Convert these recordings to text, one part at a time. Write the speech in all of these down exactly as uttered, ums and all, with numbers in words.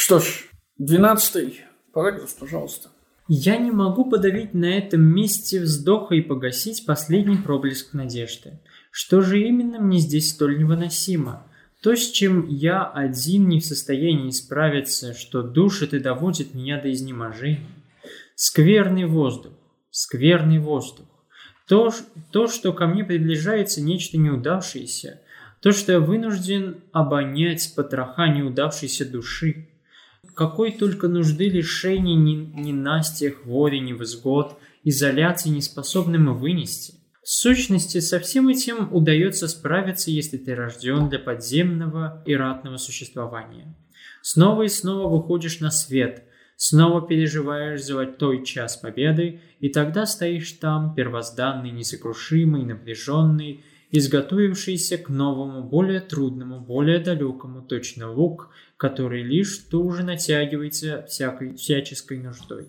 Что ж, двенадцатый параграф, пожалуйста. Я не могу подавить на этом месте вздоха и погасить последний проблеск надежды. Что же именно мне здесь столь невыносимо? То, с чем я один не в состоянии справиться, что душит и доводит меня до изнеможения. Скверный воздух, скверный воздух. То, то, что ко мне приближается нечто неудавшееся, то, что я вынужден обонять потроха неудавшейся души. Какой только нужды лишений, ненастья, хвори, невзгод, изоляции не способны мы вынести. В сущности, со всем этим удается справиться, если ты рожден для подземного и ратного существования. Снова и снова выходишь на свет, снова переживаешь золотой час победы, и тогда стоишь там, первозданный, несокрушимый, напряженный, изготовившийся к новому, более трудному, более далекому, точно лук, который лишь туже натягивается всякой, всяческой нуждой.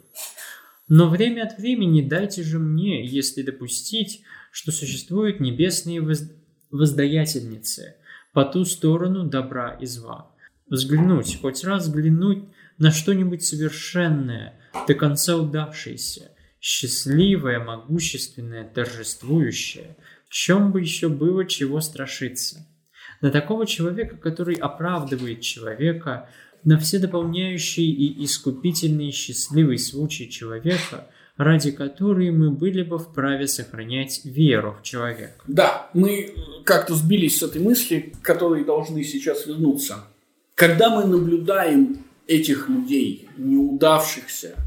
Но время от времени дайте же мне, если допустить, что существуют небесные воз... воздаятельницы по ту сторону добра и зла, взглянуть, хоть раз взглянуть на что-нибудь совершенное, до конца удавшееся, счастливое, могущественное, торжествующее, в чем бы еще было чего страшиться. На такого человека, который оправдывает человека, на все дополняющий и искупительный счастливый случай человека, ради которой мы были бы вправе сохранять веру в человека. Да, мы как-то сбились с этой мысли, к которой должны сейчас вернуться. Когда мы наблюдаем этих людей, неудавшихся,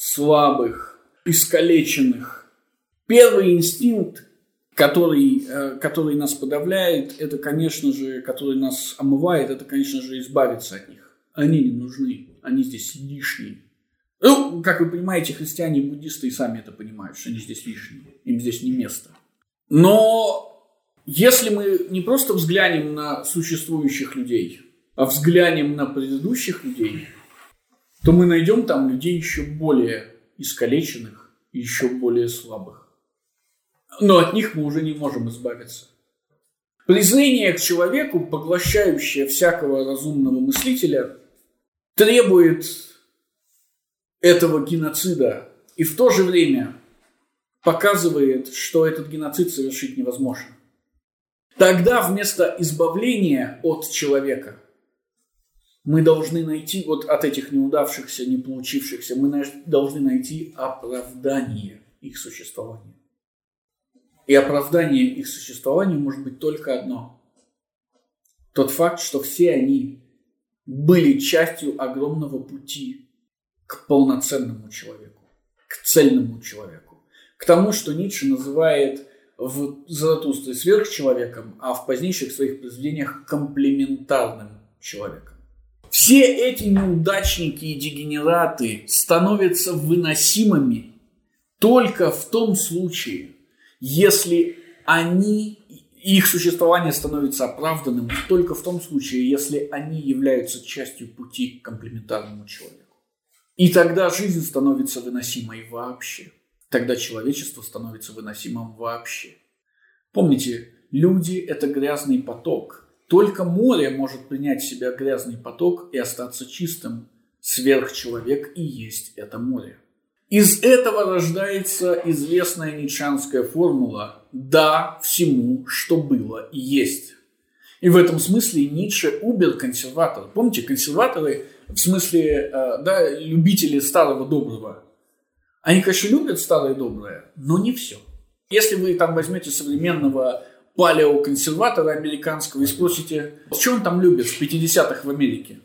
слабых, искалеченных, первый инстинкт, который, который нас подавляет, это, конечно же, который нас омывает, это, конечно же, избавиться от них. Они не нужны, они здесь лишние. Ну, как вы понимаете, христиане и буддисты и сами это понимают, что они здесь лишние, им здесь не место. Но если мы не просто взглянем на существующих людей, а взглянем на предыдущих людей, то мы найдем там людей еще более искалеченных и еще более слабых. Но от них мы уже не можем избавиться. Презрение к человеку, поглощающее всякого разумного мыслителя, требует этого геноцида и в то же время показывает, что этот геноцид совершить невозможно. Тогда вместо избавления от человека мы должны найти, вот от этих неудавшихся, не получившихся, мы должны найти оправдание их существования. И оправдание их существования может быть только одно. Тот факт, что все они были частью огромного пути к полноценному человеку, к цельному человеку, к тому, что Ницше называет в Заратустре сверхчеловеком, а в позднейших своих произведениях комплементарным человеком. Все эти неудачники и дегенераты становятся выносимыми только в том случае, если они, их существование становится оправданным только в том случае, если они являются частью пути к комплементарному человеку. И тогда жизнь становится выносимой вообще. Тогда человечество становится выносимым вообще. Помните, люди – это грязный поток. Только море может принять в себя грязный поток и остаться чистым. Сверхчеловек и есть это море. Из этого рождается известная ницшанская формула «да всему, что было и есть». И в этом смысле Ницше убер-консерватор. Помните, консерваторы, в смысле, да, любители старого доброго, они, конечно, любят старое доброе, но не все. Если вы там возьмете современного палеоконсерватора американского и спросите, что он там любит в пятидесятых в Америке,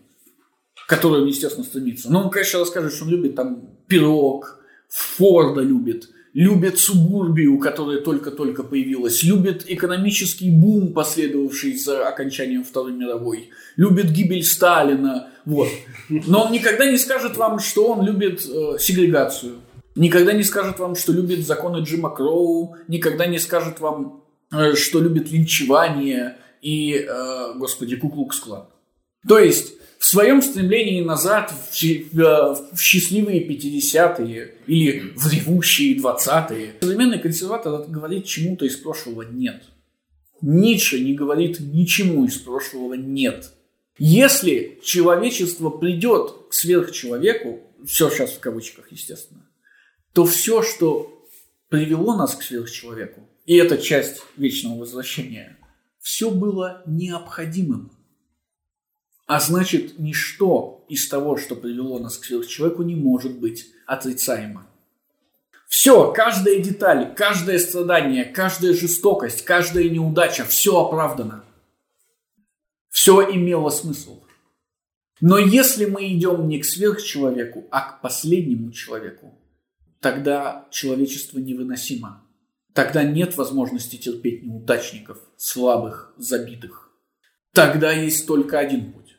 к которой он, естественно, стремится. Но он, конечно, расскажет, что он любит там пирог, Форда любит, любит субурбию, которая только-только появилась, любит экономический бум, последовавший за окончанием Второй мировой, любит гибель Сталина, вот. Но он никогда не скажет вам, что он любит э, сегрегацию, никогда не скажет вам, что любит законы Джима Кроу, никогда не скажет вам, э, что любит линчевание и, э, господи, Ку-клукс-клан. То есть в своем стремлении назад в счастливые пятидесятые или в ревущие двадцатые современный консерватор говорит чему-то из прошлого нет. Ницше не говорит ничему из прошлого нет. Если человечество придет к сверхчеловеку, все сейчас в кавычках, естественно, то все, что привело нас к сверхчеловеку, и это часть вечного возвращения, все было необходимым. А значит, ничто из того, что привело нас к сверхчеловеку, не может быть отрицаемо. Все, каждая деталь, каждое страдание, каждая жестокость, каждая неудача, все оправдано. Все имело смысл. Но если мы идем не к сверхчеловеку, а к последнему человеку, тогда человечество невыносимо. Тогда нет возможности терпеть неудачников, слабых, забитых. Тогда есть только один путь.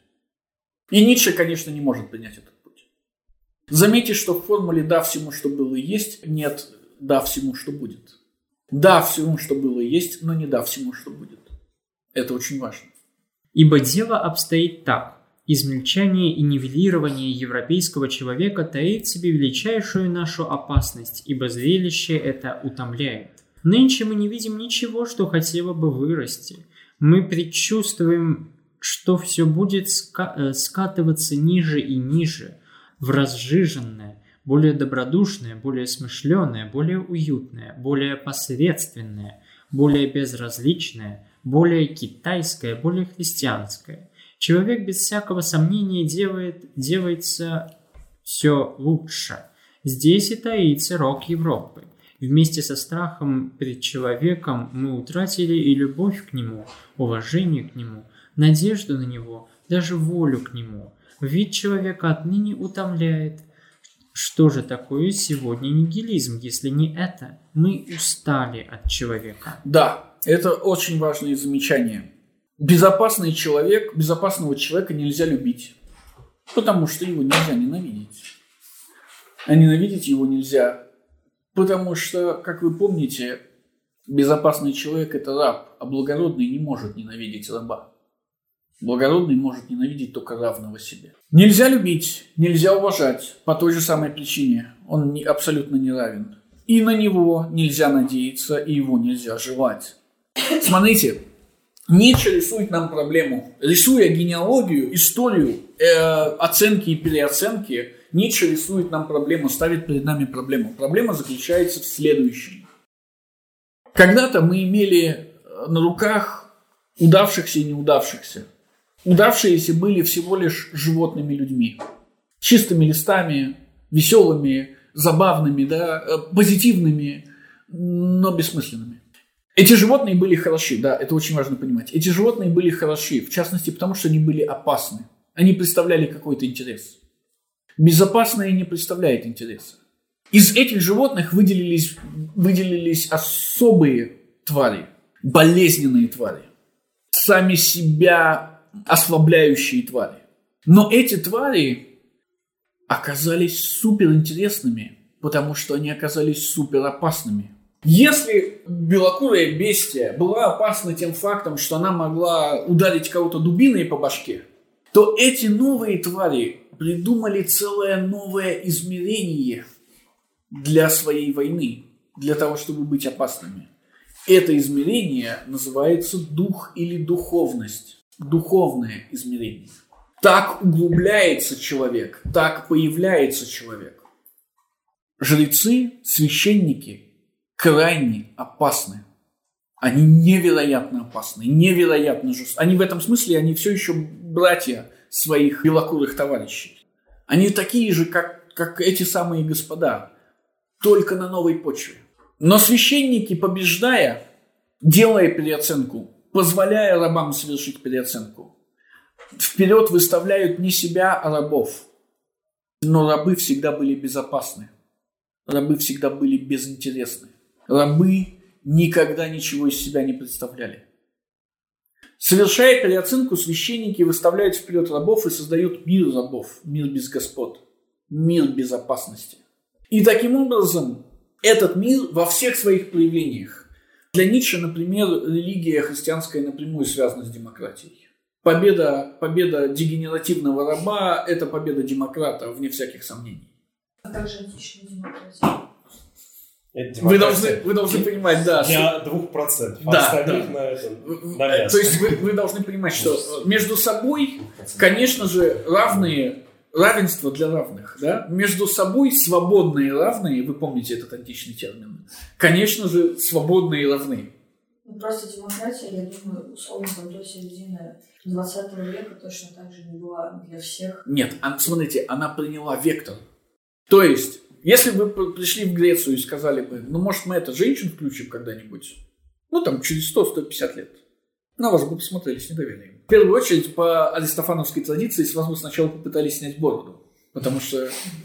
И Ницше, конечно, не может принять этот путь. Заметьте, что в формуле «да всему, что было и есть» нет «да всему, что будет». Да всему, что было и есть, но не да всему, что будет. Это очень важно. Ибо дело обстоит так. Измельчание и нивелирование европейского человека таит в себе величайшую нашу опасность, ибо зрелище это утомляет. Нынче мы не видим ничего, что хотело бы вырасти. Мы предчувствуем, что все будет ска- скатываться ниже и ниже, в разжиженное, более добродушное, более смышленое, более уютное, более посредственное, более безразличное, более китайское, более христианское. Человек без всякого сомнения делает, делается все лучше. Здесь и таится рок Европы. Вместе со страхом перед человеком мы утратили и любовь к нему, уважение к нему, надежду на него, даже волю к нему. Вид человека отныне утомляет. Что же такое сегодня нигилизм, если не это? Мы устали от человека. Да, это очень важное замечание. Безопасный человек, безопасного человека нельзя любить, потому что его нельзя ненавидеть. А ненавидеть его нельзя, потому что, как вы помните, безопасный человек – это раб, а благородный не может ненавидеть раба. Благородный может ненавидеть только равного себе. Нельзя любить, нельзя уважать по той же самой причине. Он не, абсолютно не равен. И на него нельзя надеяться, и его нельзя желать. Смотрите, Ницше рисует нам проблему. Рисуя генеалогию, историю, э, оценки и переоценки, Ницше рисует нам проблему, ставит перед нами проблему. Проблема заключается в следующем. Когда-то мы имели на руках удавшихся и неудавшихся. Удавшиеся были всего лишь животными людьми. Чистыми листами, веселыми, забавными, да, позитивными, но бессмысленными. Эти животные были хороши, да, это очень важно понимать. Эти животные были хороши, в частности, потому что они были опасны. Они представляли какой-то интерес. Безопасное не представляет интереса. Из этих животных выделились, выделились особые твари, болезненные твари, сами себя ослабляющие твари. Но эти твари оказались суперинтересными, потому что они оказались суперопасными. Если белокурая бестия была опасна тем фактом, что она могла ударить кого-то дубиной по башке, то эти новые твари придумали целое новое измерение для своей войны, для того, чтобы быть опасными. Это измерение называется дух или духовность. Духовное измерение. Так углубляется человек, так появляется человек. Жрецы, священники крайне опасны. Они невероятно опасны, невероятно жестокие. Они в этом смысле, они все еще братья своих белокурых товарищей. Они такие же, как, как эти самые господа, только на новой почве. Но священники, побеждая, делая переоценку, позволяя рабам совершить переоценку, вперед выставляют не себя, а рабов. Но рабы всегда были безопасны. Рабы всегда были безинтересны. Рабы никогда ничего из себя не представляли. Совершая переоценку, священники выставляют вперед рабов и создают мир рабов, мир без господ, мир безопасности. И таким образом этот мир во всех своих проявлениях. Для Ницше, например, религия христианская напрямую связана с демократией. Победа, победа дегенеративного раба – это победа демократа, вне всяких сомнений. А как же античная демократия? Вы должны, вы должны понимать, да. Для двух процентов. Да, остальных да. на это, на мясо. То есть вы, вы должны понимать, что между собой, конечно же, равные, равенство для равных. Да? Между собой свободные и равные, вы помните этот античный термин, конечно же, свободные и равны. Ну, просто демократия, я думаю, условно, там до середины двадцатого века точно так же не была для всех. Нет, смотрите, она приняла вектор. То есть, если бы вы пришли в Грецию и сказали бы, ну, может, мы это женщин включим когда-нибудь, ну, там, через сто - сто пятьдесят лет, на вас бы посмотрели с недоверием. В первую очередь, по аристофановской традиции, с вас бы сначала попытались снять бороду, потому что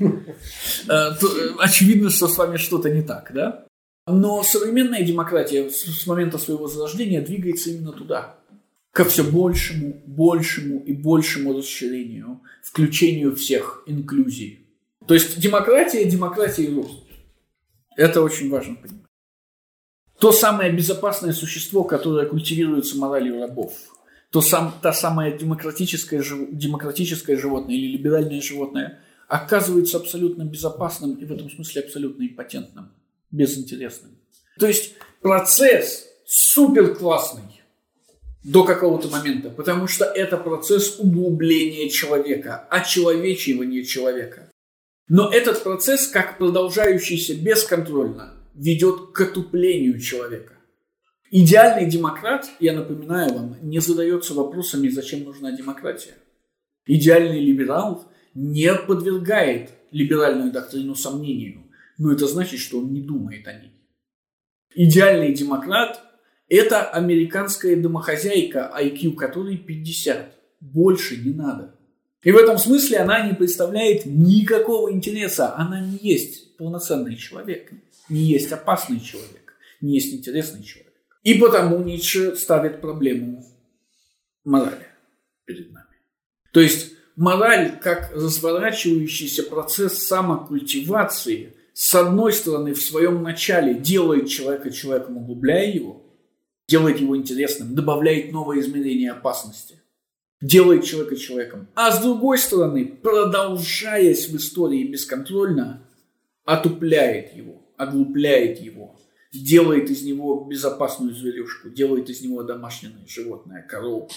очевидно, что с вами что-то не так, да? Но современная демократия с момента своего зарождения двигается именно туда, ко все большему, большему и большему расширению, включению всех, инклюзии. То есть демократия, демократия и рост. Это очень важно понимать. То самое безопасное существо, которое культивируется моралью рабов, то сам, та самая демократическое, демократическое животное или либеральное животное оказывается абсолютно безопасным и в этом смысле абсолютно импотентным, безинтересным. То есть процесс супер классный до какого-то момента, потому что это процесс углубления человека, очеловечивания человека. Но этот процесс, как продолжающийся бесконтрольно, ведет к отуплению человека. Идеальный демократ, я напоминаю вам, не задается вопросами, зачем нужна демократия. Идеальный либерал не подвергает либеральную доктрину сомнению, но это значит, что он не думает о ней. Идеальный демократ – это американская домохозяйка, ай кью которой пятьдесят. Больше не надо. И в этом смысле она не представляет никакого интереса. Она не есть полноценный человек, не есть опасный человек, не есть интересный человек. И потому Ницше ставит проблему морали перед нами. То есть мораль как разворачивающийся процесс самокультивации, с одной стороны, в своем начале делает человека человеком, углубляя его, делает его интересным, добавляет новое измерение опасности. Делает человека человеком. А с другой стороны, продолжаясь в истории бесконтрольно, отупляет его, оглупляет его, делает из него безопасную зверюшку, делает из него домашнее животное, корову.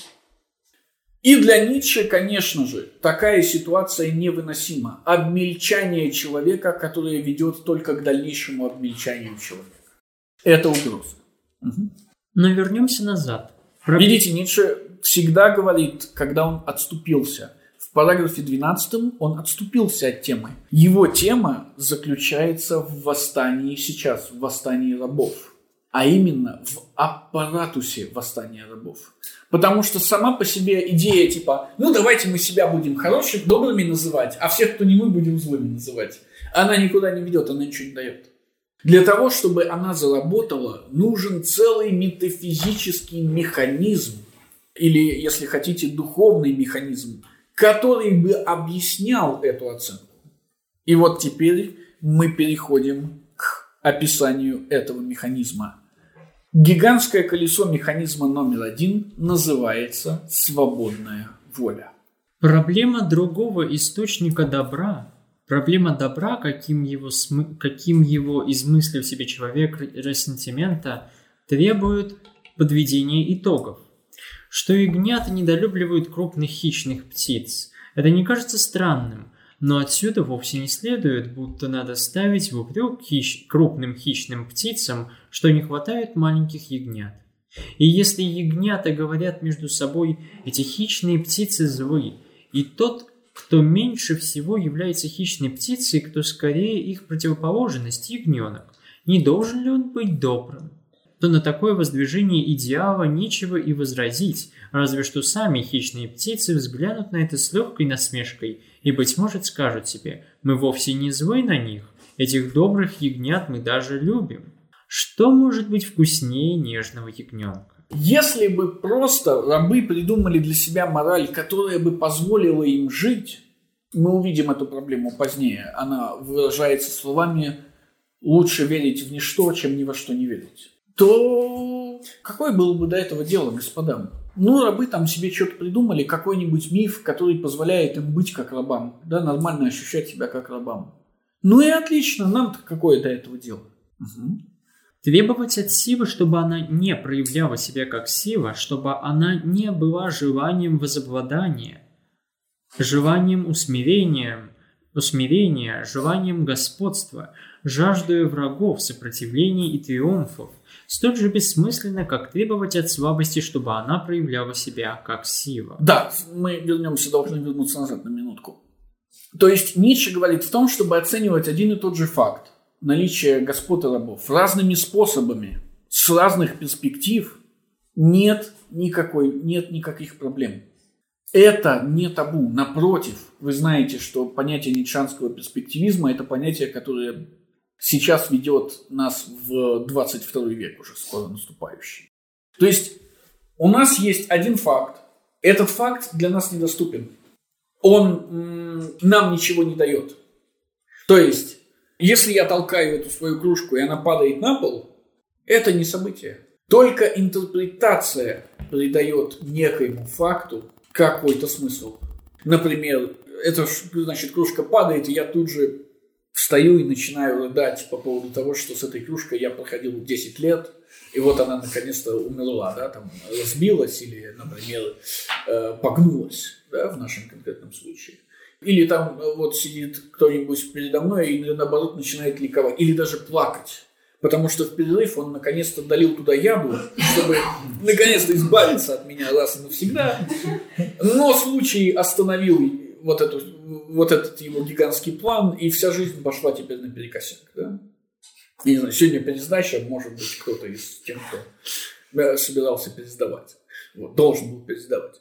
И для Ницше, конечно же, такая ситуация невыносима. Обмельчание человека, которое ведет только к дальнейшему обмельчанию человека. Это угроза. Угу. Но вернемся назад. Видите, Ницше всегда говорит, когда он отступился. В параграфе двенадцатом он отступился от темы. Его тема заключается в восстании сейчас, в восстании рабов. А именно в аппаратусе восстания рабов. Потому что сама по себе идея типа, ну давайте мы себя будем хороших, добрыми называть, а всех, кто не мы, будем злыми называть. Она никуда не ведет, она ничего не дает. Для того, чтобы она заработала, нужен целый метафизический механизм, или, если хотите, духовный механизм, который бы объяснял эту оценку. И вот теперь мы переходим к описанию этого механизма. Гигантское колесо механизма номер один называется «свободная воля». Проблема другого источника добра, проблема добра, каким его, смы... каким его измыслил себе человек ресентимента, требует подведения итогов. Что ягнята недолюбливают крупных хищных птиц. Это не кажется странным, но отсюда вовсе не следует, будто надо ставить в упрек хищ... крупным хищным птицам, что не хватает маленьких ягнят. И если ягнята говорят между собой, эти хищные птицы злы, и тот, кто меньше всего является хищной птицей, кто скорее их противоположность, ягненок, не должен ли он быть добрым? То на такое воздвижение идеала нечего и возразить, разве что сами хищные птицы взглянут на это с легкой насмешкой и, быть может, скажут себе, мы вовсе не злы на них, этих добрых ягнят мы даже любим. Что может быть вкуснее нежного ягненка? Если бы просто рабы придумали для себя мораль, которая бы позволила им жить, мы увидим эту проблему позднее, она выражается словами «лучше верить в ничто, чем ни во что не верить», то какое было бы до этого дело, господа? Ну, рабы там себе что-то придумали, какой-нибудь миф, который позволяет им быть как рабам, да, нормально ощущать себя как рабам. Ну и отлично, нам-то какое до этого дело? Угу. Требовать от силы, чтобы она не проявляла себя как сила, чтобы она не была желанием возобладания, желанием усмирения, усмирения, желанием господства, жаждой врагов, сопротивлений и триумфов, столь же бессмысленно, как требовать от слабости, чтобы она проявляла себя как сила. Да, мы вернемся, должны вернуться назад на минутку. То есть Ницше говорит в том, чтобы оценивать один и тот же факт, наличие господ и рабов, разными способами, с разных перспектив, нет никакой, нет никаких проблем. Это не табу. Напротив, вы знаете, что понятие ницшанского перспективизма – это понятие, которое сейчас ведет нас в двадцать второй век, уже скоро наступающий. То есть у нас есть один факт. Этот факт для нас недоступен. Он м- нам ничего не дает. То есть, если я толкаю эту свою кружку, и она падает на пол, это не событие. Только интерпретация придает некоему факту какой-то смысл. Например, эта, значит, кружка падает, и я тут же встаю и начинаю рыдать по поводу того, что с этой кружкой я проходил десять лет, и вот она наконец-то умерла, да, там, разбилась или, например, погнулась, да, в нашем конкретном случае. Или там вот сидит кто-нибудь передо мной и, наоборот, начинает ликовать. Или даже плакать. Потому что в перерыв он наконец-то долил туда яду, чтобы наконец-то избавиться от меня раз и навсегда. Но случай остановил вот, эту, вот этот его гигантский план, и вся жизнь пошла теперь наперекосяк. Да? Я не знаю, сегодня пересдача, может быть, кто-то из тех, кто собирался пересдавать. Вот, должен был пересдавать.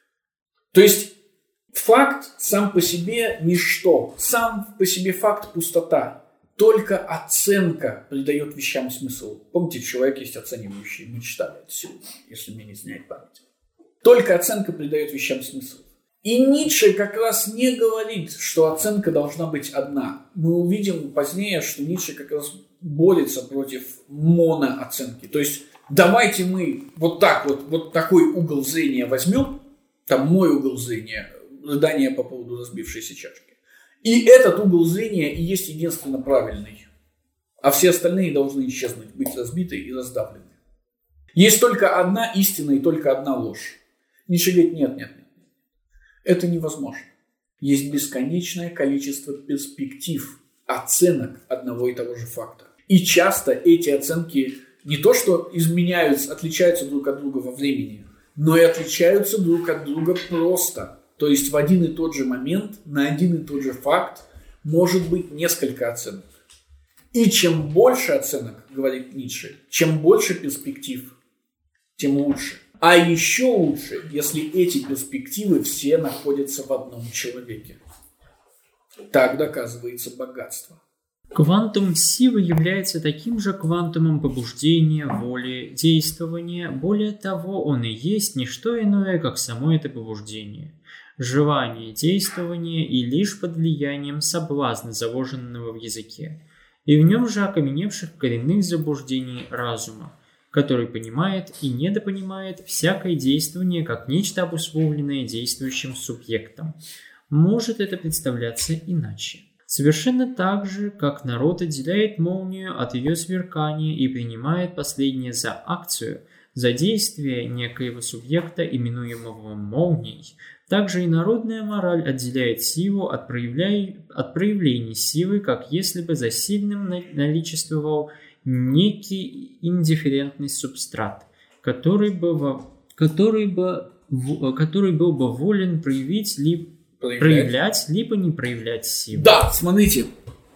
То есть факт сам по себе ничто. Сам по себе факт пустота. Только оценка придает вещам смысл. Помните, человек есть оценивающий. Мы читали это сегодня, если мне не изменяет память. Только оценка придает вещам смысл. И Ницше как раз не говорит, что оценка должна быть одна. Мы увидим позднее, что Ницше как раз борется против монооценки. То есть давайте мы вот так вот, вот такой угол зрения возьмем, там мой угол зрения, рыдание по поводу разбившейся чашки. И этот угол зрения и есть единственно правильный. А все остальные должны исчезнуть, быть разбиты и раздавлены. Есть только одна истина и только одна ложь. Ницше говорит, нет, нет, нет. Это невозможно. Есть бесконечное количество перспектив, оценок одного и того же факта. И часто эти оценки не то что изменяются, отличаются друг от друга во времени, но и отличаются друг от друга просто. То есть в один и тот же момент, на один и тот же факт может быть несколько оценок. И чем больше оценок, говорит Ницше, чем больше перспектив, тем лучше. А еще лучше, если эти перспективы все находятся в одном человеке. Так доказывается богатство. Квантум силы является таким же квантумом побуждения, воли, действования. Более того, он и есть не что иное, как само это побуждение. Желание, действование и лишь под влиянием соблазна, заложенного в языке, и в нем же окаменевших коренных заблуждений разума, который понимает и недопонимает всякое действование как нечто обусловленное действующим субъектом. Может это представляться иначе. Совершенно так же, как народ отделяет молнию от ее сверкания и принимает последнее за акцию, за действие некоего субъекта, именуемого молнией, также и народная мораль отделяет силу от, проявля... от проявлений силы, как если бы за сильным наличествовал некий индифферентный субстрат, который, бы... который, бы... который был бы волен проявить, ли... проявлять. проявлять, либо не проявлять силу. Да, смотрите.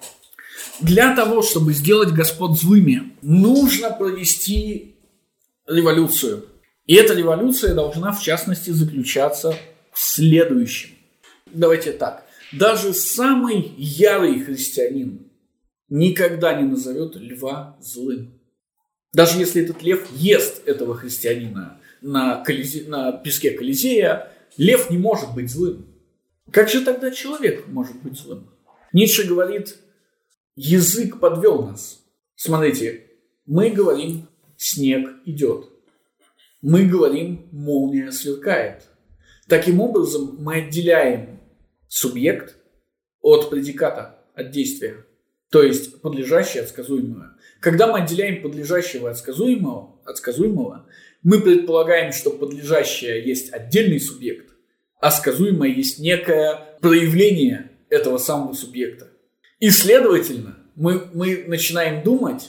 Для того, чтобы сделать господ злыми, нужно провести революцию. И эта революция должна, в частности, заключаться в следующем. Давайте так. Даже самый ярый христианин никогда не назовет льва злым. Даже если этот лев ест этого христианина на, колизе... на песке Колизея, лев не может быть злым. Как же тогда человек может быть злым? Ницше говорит, язык подвел нас. Смотрите, мы говорим, снег идет. Мы говорим, молния сверкает. Таким образом, мы отделяем субъект от предиката, от действия. То есть подлежащее от сказуемого. Когда мы отделяем подлежащего от сказуемого, от сказуемого, мы предполагаем, что подлежащее есть отдельный субъект, а сказуемое есть некое проявление этого самого субъекта. И, следовательно, мы, мы начинаем думать,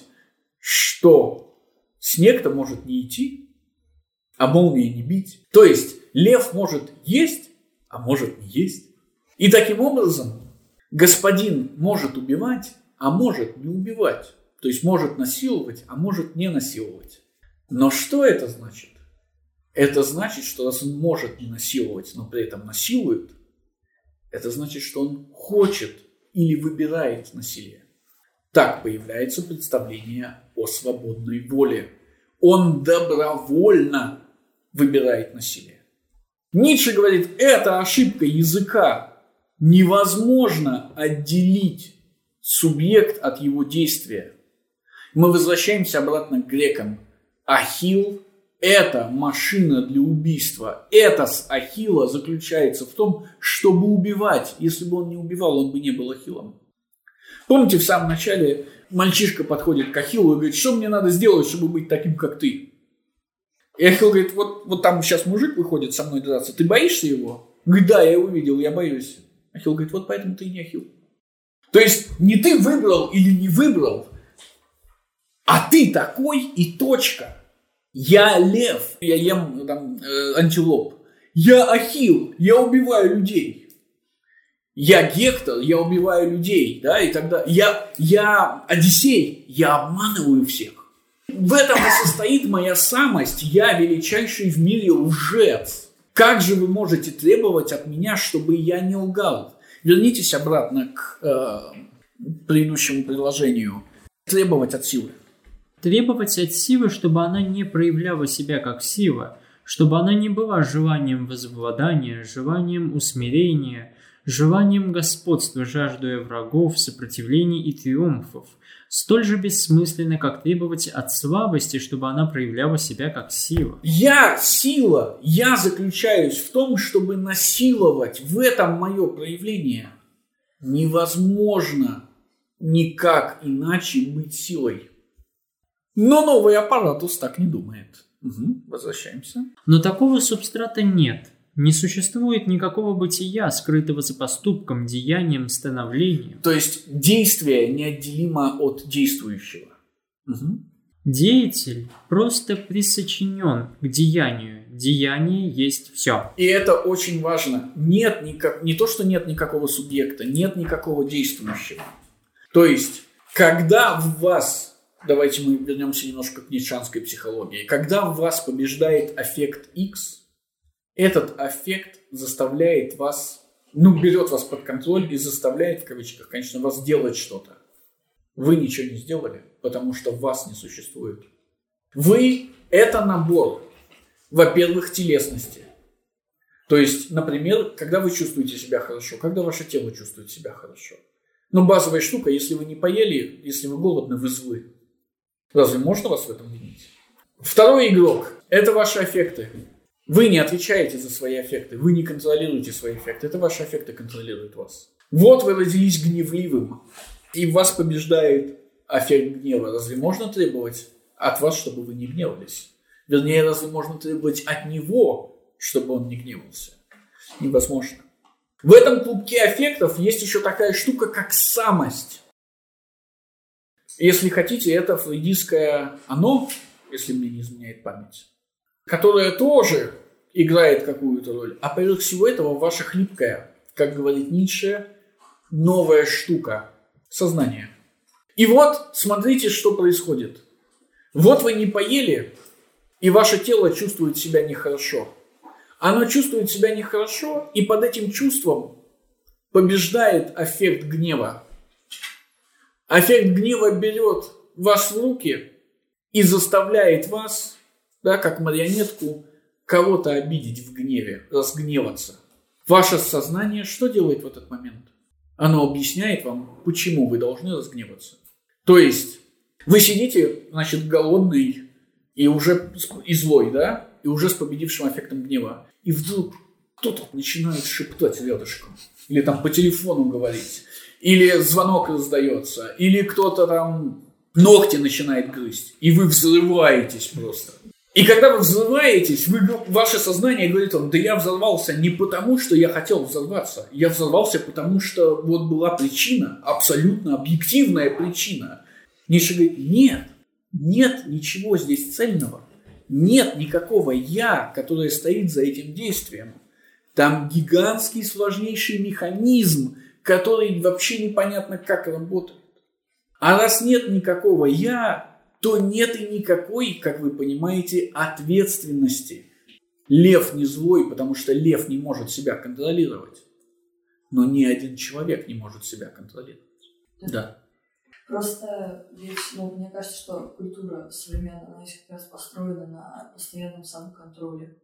что снег-то может не идти, а молния не бить. То есть лев может есть, а может не есть. И таким образом господин может убивать, а может не убивать. То есть может насиловать, а может не насиловать. Но что это значит? Это значит, что раз он может не насиловать, но при этом насилует, это значит, что он хочет или выбирает насилие. Так появляется представление о свободной воле. Он добровольно выбирает насилие. Ницше говорит, это ошибка языка. Невозможно отделить субъект от его действия. Мы возвращаемся обратно к грекам. Ахилл – это машина для убийства. Этос Ахилла заключается в том, чтобы убивать. Если бы он не убивал, он бы не был Ахиллом. Помните, в самом начале мальчишка подходит к Ахиллу и говорит, что мне надо сделать, чтобы быть таким, как ты? И Ахилл говорит, вот, вот там сейчас мужик выходит со мной драться, ты боишься его? Он говорит, да, я его видел, я боюсь. Ахилл говорит, вот поэтому ты и не Ахилл. То есть не ты выбрал или не выбрал, а ты такой и точка. Я лев, я ем там, э, антилоп. Я Ахилл, я убиваю людей. Я Гектор, я убиваю людей. Да, и тогда я, я Одиссей, я обманываю всех. В этом и состоит моя самость. Я величайший в мире лжец. Как же вы можете требовать от меня, чтобы я не лгал? Вернитесь обратно к э, предыдущему предложению. Требовать от силы. Требовать от силы, чтобы она не проявляла себя как сила, чтобы она не была желанием возобладания, желанием усмирения, желанием господства, жаждуя врагов, сопротивлений и триумфов, столь же бессмысленно, как требовать от слабости, чтобы она проявляла себя как сила. Я сила, я заключаюсь в том, чтобы насиловать. В этом мое проявление. Невозможно никак иначе быть силой. Но новый аппаратус так не думает. Угу, возвращаемся. Но такого субстрата нет. Не существует никакого бытия, скрытого за поступком, деянием, становлением. То есть действие неотделимо от действующего. Угу. Деятель просто присочинен к деянию. Деяние есть все. И это очень важно. Нет никак, не то, что нет никакого субъекта, нет никакого действующего. То есть, когда в вас... Давайте мы вернемся немножко к ницшанской психологии. Когда в вас побеждает аффект X, этот аффект заставляет вас, ну, берет вас под контроль и заставляет, в кавычках, конечно, вас делать что-то. Вы ничего не сделали, потому что вас не существует. Вы – это набор, во-первых, телесности. То есть, например, когда вы чувствуете себя хорошо, когда ваше тело чувствует себя хорошо. Ну, базовая штука, если вы не поели, если вы голодны, вы злы. Разве можно вас в этом винить? Второй игрок – это ваши аффекты. Вы не отвечаете за свои аффекты, вы не контролируете свои аффекты. Это ваши аффекты контролируют вас. Вот вы родились гневливым, и вас побеждает аффект гнева. Разве можно требовать от вас, чтобы вы не гневались? Вернее, разве можно требовать от него, чтобы он не гневался? Невозможно. В этом клубке аффектов есть еще такая штука, как самость. Если хотите, это фрейдистское «оно», если мне не изменяет память, которое тоже играет какую-то роль. А поверх всего этого ваша хлипкая, как говорит Ницше, новая штука – сознание. И вот смотрите, что происходит. Вот вы не поели, и ваше тело чувствует себя нехорошо. Оно чувствует себя нехорошо, и под этим чувством побеждает аффект гнева. Аффект гнева берет вас в руки и заставляет вас, да, как марионетку, кого-то обидеть в гневе, разгневаться. Ваше сознание что делает в этот момент? Оно объясняет вам, почему вы должны разгневаться. То есть вы сидите, значит, голодный и уже и злой, да, и уже с победившим аффектом гнева. И вдруг кто-то начинает шептать рядышком или там по телефону говорить. или звонок раздается, или кто-то там ногти начинает грызть, и вы взрываетесь просто. И когда вы взрываетесь, вы, ваше сознание говорит вам: да я взорвался не потому, что я хотел взорваться, я взорвался потому, что вот была причина, абсолютно объективная причина. Ницше говорит: нет, нет ничего здесь цельного, нет никакого «я», которое стоит за этим действием. Там гигантский сложнейший механизм, который вообще непонятно как работает. А раз нет никакого «я», то нет и никакой, как вы понимаете, ответственности. Лев не злой, потому что лев не может себя контролировать. Но ни один человек не может себя контролировать. Да. Просто ведь, ну, мне кажется, что культура современная, она как раз построена на постоянном самоконтроле.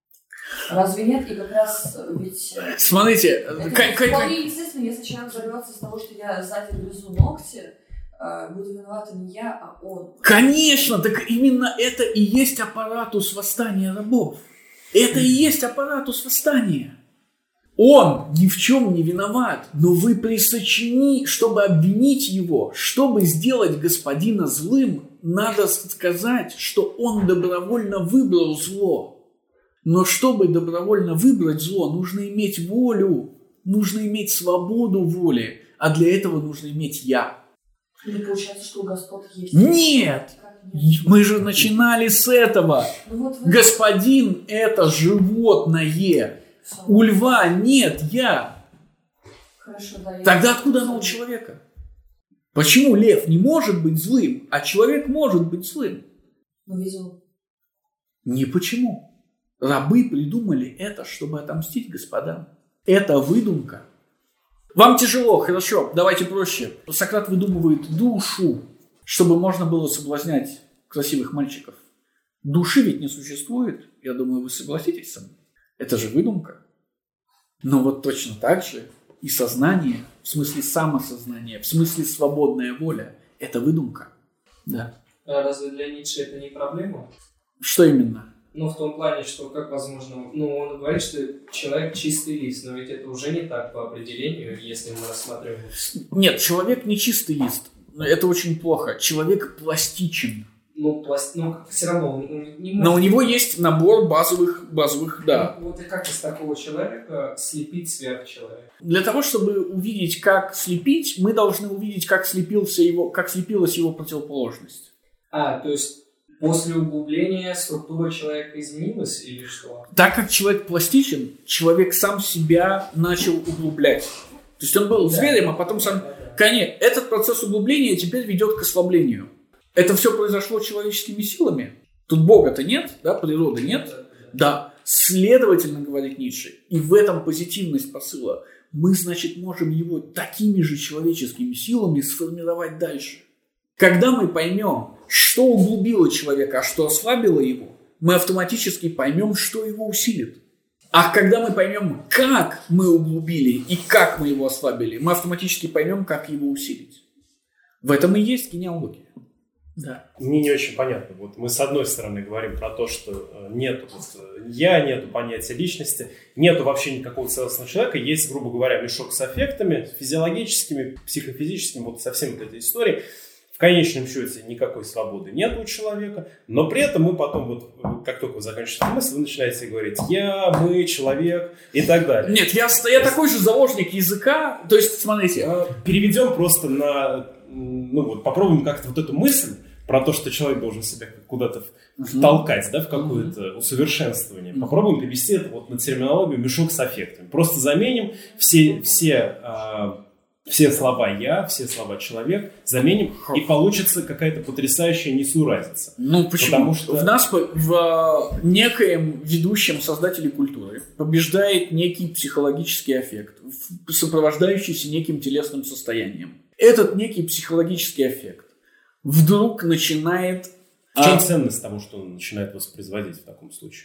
Разве нет? И как раз ведь... Смотрите, это как, как, вполне естественно, если человек взорвется из того, что я сзади грызу ногти, буду виновата не я, а он. Конечно, так именно это и есть аппаратус восстания рабов. Это и есть аппаратус восстания. Он ни в чем не виноват, но вы присочини, чтобы обвинить его, чтобы сделать господина злым, надо сказать, что он добровольно выбрал зло. Но чтобы добровольно выбрать зло, нужно иметь волю, нужно иметь свободу воли, а для этого нужно иметь «я». Или получается, что у господ есть... Нет! Нет? Мы же начинали с этого. Ну, вот вы... Господин – это животное. У льва нет «я». Хорошо, да, Тогда откуда оно у человека? Почему лев не может быть злым, а человек может быть злым? Ну, видимо... Не почему. Рабы придумали это, чтобы отомстить господам. Это выдумка. Вам тяжело, хорошо, давайте проще. Сократ выдумывает душу, чтобы можно было соблазнять красивых мальчиков. Души ведь не существует, я думаю, вы согласитесь со мной. Это же выдумка. Но вот точно так же и сознание, в смысле самосознание, в смысле свободная воля, это выдумка. Да. А разве для Ницше это не проблема? Что именно? Ну, в том плане, что как возможно... Ну, он говорит, что человек чистый лист, но ведь это уже не так по определению, если мы рассматриваем... Нет, человек не чистый лист. Это очень плохо. Человек пластичен. Ну, пласт... ну все равно он не может... Но у него есть набор базовых, базовых, да. Ну, вот и как из такого человека слепить сверхчеловека? Для того, чтобы увидеть, как слепить, мы должны увидеть, как слепился его, как слепилась его противоположность. А, то есть после углубления структура человека изменилась или что? Так как человек пластичен, человек сам себя начал углублять. То есть он был да. зверем, а потом сам... Да, да. Конечно, этот процесс углубления теперь ведет к ослаблению. Это все произошло человеческими силами. Тут Бога-то нет, да, природы нет. Да, да, да. Да, следовательно, говорит Ницше, и в этом позитивность посыла. Мы, значит, можем его такими же человеческими силами сформировать дальше. Когда мы поймем, что углубило человека, а что ослабило его, мы автоматически поймем, что его усилит. А когда мы поймем, как мы углубили и как мы его ослабили, мы автоматически поймем, как его усилить. В этом и есть генеалогия. Да. Мне не очень понятно. Вот мы с одной стороны говорим про то, что нету вот, я, нету понятия личности, нету вообще никакого целостного человека, есть, грубо говоря, мешок с аффектами, физиологическими, психофизическими, вот со всеми вот этой историей. В конечном счете никакой свободы нет у человека, но при этом мы потом, вот, как только вы заканчиваете мысль, вы начинаете говорить «я», «мы», «человек» и так далее. Нет, я, я такой же заложник языка, то есть, смотрите. Переведем просто на, ну вот, попробуем как-то вот эту мысль про то, что человек должен себя куда-то uh-huh. толкать, да, в какое-то uh-huh. усовершенствование. Uh-huh. Попробуем перевести это вот на терминологию «мешок с аффектами». Просто заменим все, все, э, все слова «я», все слова «человек», заменим, и получится какая-то потрясающая несуразица. Ну, почему? Потому что... В нас, в некоем ведущем создателе культуры побеждает некий психологический аффект, сопровождающийся неким телесным состоянием. Этот некий психологический аффект вдруг начинает... В чем а... ценность того, что он начинает воспроизводить в таком случае?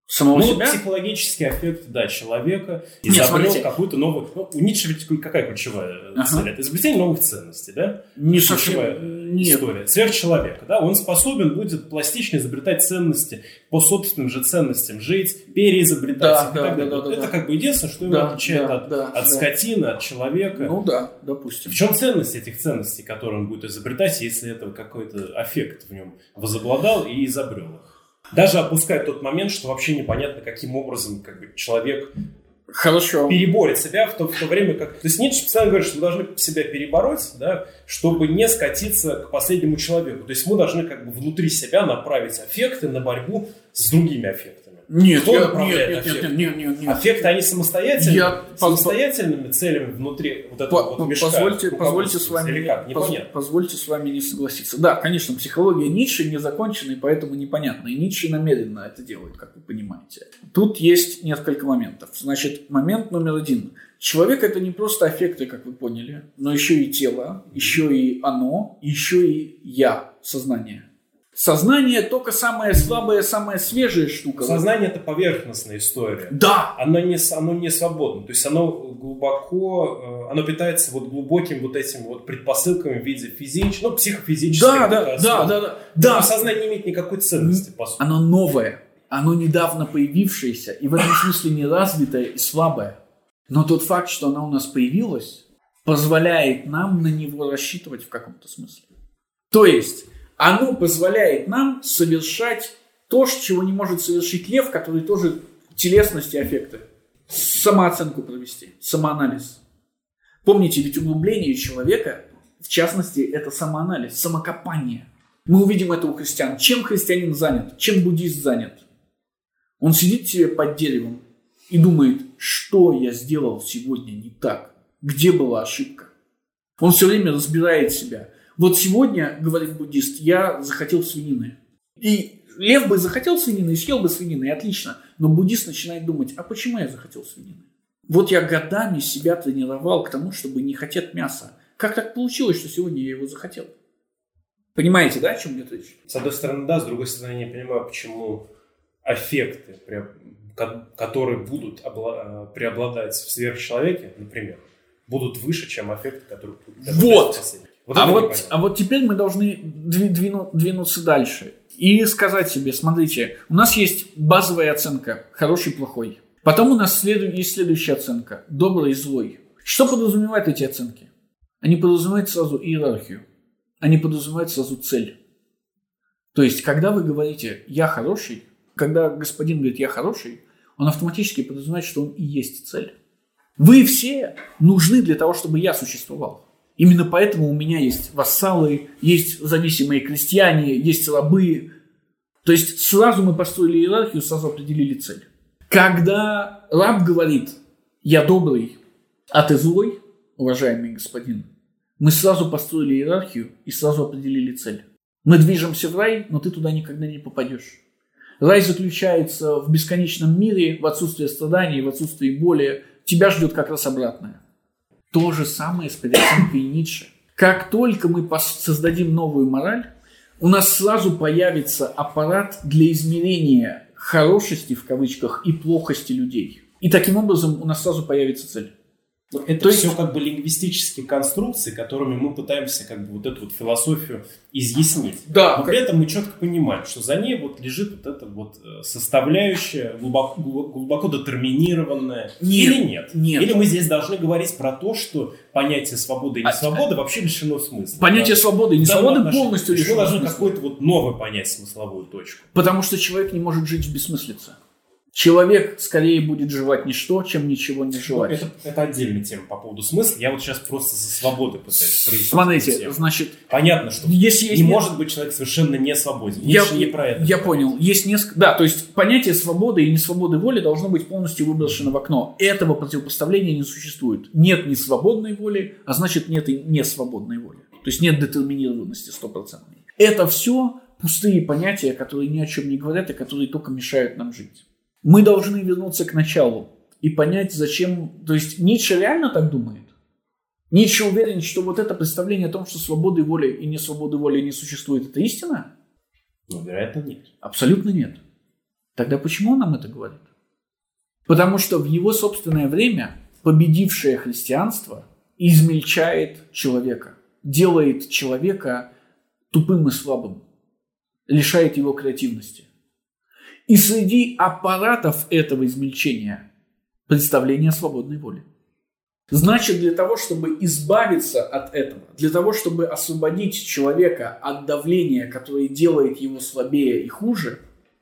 Самого ну, себя? Психологический аффект, да, человека Нет, изобрел смотрите. какую-то новую... Ну, у Ницше ведь какая ключевая Ага. цель? Это изобретение новых ценностей, да? Не Ключевая совсем. Нет. история. Сверхчеловека, да? Он способен будет пластично изобретать ценности, по собственным же ценностям жить, переизобретать Да, их и да, так далее. да, Вот да, это да. как бы единственное, что его Да, отличает да, от, да, от да. скотины, от человека. Ну да, допустим. В чем ценность этих ценностей, которые он будет изобретать, если это какой-то аффект в нем возобладал и изобрел их? Даже опускать тот момент, что вообще непонятно, каким образом как бы, человек Хорошо. переборет себя в то, в то время, как... То есть Ницше постоянно говорит, что мы должны себя перебороть, да, чтобы не скатиться к последнему человеку. То есть мы должны как бы внутри себя направить аффекты на борьбу с другими аффектами. Нет, Кто я- направляет нет, нет, аффекты? нет, нет, нет, нет. Аффекты, они самостоятельными, Я- самостоятельными целями внутри вот этого По- вот мешка. Позвольте, позвольте, с руководствуются вами, или как? поз- Непонятно. позвольте с вами не согласиться. Да, конечно, психология Ницше не закончена, и поэтому непонятно. И Ницше намеренно это делает, как вы понимаете. Тут есть несколько моментов. Значит, момент номер один. Человек – это не просто аффекты, как вы поняли, но еще и тело, еще и оно, еще и я, сознание. Сознание только самая слабая, самая свежая штука. Сознание – это поверхностная история. Да, Оно не, оно не свободно. То есть оно глубоко, э, оно питается вот глубоким вот этими вот предпосылками в виде физического, ну, психофизической. да, да, основы. да, да, да, Да. да. Сознание не имеет никакой ценности, по сути. Оно новое, оно недавно появившееся, и в этом смысле не развитое и слабое. Но тот факт, что оно у нас появилось, позволяет нам на него рассчитывать в каком-то смысле. То есть, оно позволяет нам совершать то, чего не может совершить лев, который тоже телесности, аффекты. Самооценку провести, самоанализ. Помните, ведь углубление человека, в частности, это самоанализ, самокопание. Мы увидим это у христиан. Чем христианин занят? Чем буддист занят? Он сидит себе под деревом и думает, что я сделал сегодня не так? Где была ошибка? Он все время разбирает себя. Вот сегодня, говорит буддист, я захотел свинины. И лев бы захотел свинины и съел бы свинины, и отлично. Но буддист начинает думать, а почему я захотел свинины? Вот я годами себя тренировал к тому, чтобы не хотеть мяса. Как так получилось, что сегодня я его захотел? Понимаете, да, о чем идет речь? С одной стороны, да, с другой стороны, я не понимаю, почему аффекты, которые будут обла- преобладать в сверхчеловеке, например, будут выше, чем аффекты, которые будут Вот. Вот а, это вот, непонятно. а вот теперь мы должны дви- двину- двинуться дальше и сказать себе, смотрите, у нас есть базовая оценка, хороший, плохой. Потом у нас следу- есть следующая оценка, добрый, злой. Что подразумевают эти оценки? Они подразумевают сразу иерархию. Они подразумевают сразу цель. То есть, когда вы говорите «я хороший», когда господин говорит «я хороший», он автоматически подразумевает, что он и есть цель. Вы все нужны для того, чтобы я существовал. Именно поэтому у меня есть вассалы, есть зависимые крестьяне, есть рабы. То есть сразу мы построили иерархию, сразу определили цель. Когда раб говорит «я добрый, а ты злой, уважаемый господин», мы сразу построили иерархию и сразу определили цель. Мы движемся в рай, но ты туда никогда не попадешь. Рай заключается в бесконечном мире, в отсутствии страданий, в отсутствии боли. Тебя ждет как раз обратное. То же самое с переоценкой Ницше. Как только мы создадим новую мораль, у нас сразу появится аппарат для измерения хорошести, в кавычках, и плохости людей. И таким образом у нас сразу появится цель. Это То есть- все как бы лингвистические конструкции, которыми мы пытаемся как бы вот эту вот философию изъяснить. Да, Но как- при этом мы четко понимаем, что за ней вот лежит вот эта вот э, составляющая глубоко, глубоко детерминированная. Нет, Или нет? нет. Или мы здесь должны говорить про то, что понятие свободы и А- несвободы вообще лишено смысла. Понятие Да? свободы и В данном несвободы отношении. полностью То есть лишено мы должны смысла. какое-то вот новое понять смысловую точку. Потому что человек не может жить в бессмыслице. Человек скорее будет желать ничто, чем ничего не Ну, желать. это, это отдельная тема по поводу смысла. Я вот сейчас просто за свободу пытаюсь прояснить эту Смотрите, тему. значит, Понятно, что если есть не не- может быть человек совершенно не свободен. Я, Ницше не про это. я говорит. понял. Есть несколько. Да, то есть понятие свободы и несвободы воли должно быть полностью выброшено в окно. Этого противопоставления не существует. Нет несвободной воли, а значит нет и несвободной воли. То есть нет детерминированности стопроцентной. Это все пустые понятия, которые ни о чем не говорят и которые только мешают нам жить. Мы должны вернуться к началу и понять, зачем... То есть Ницше реально так думает? Ницше уверен, что вот это представление о том, что свободы воли и несвободы воли не существует, это истина? Ну, вероятно, нет. Абсолютно нет. Тогда почему он нам это говорит? Потому что в его собственное время победившее христианство измельчает человека, делает человека тупым и слабым, лишает его креативности. И среди аппаратов этого измельчения представление свободной воли. Значит, для того, чтобы избавиться от этого, для того, чтобы освободить человека от давления, которое делает его слабее и хуже,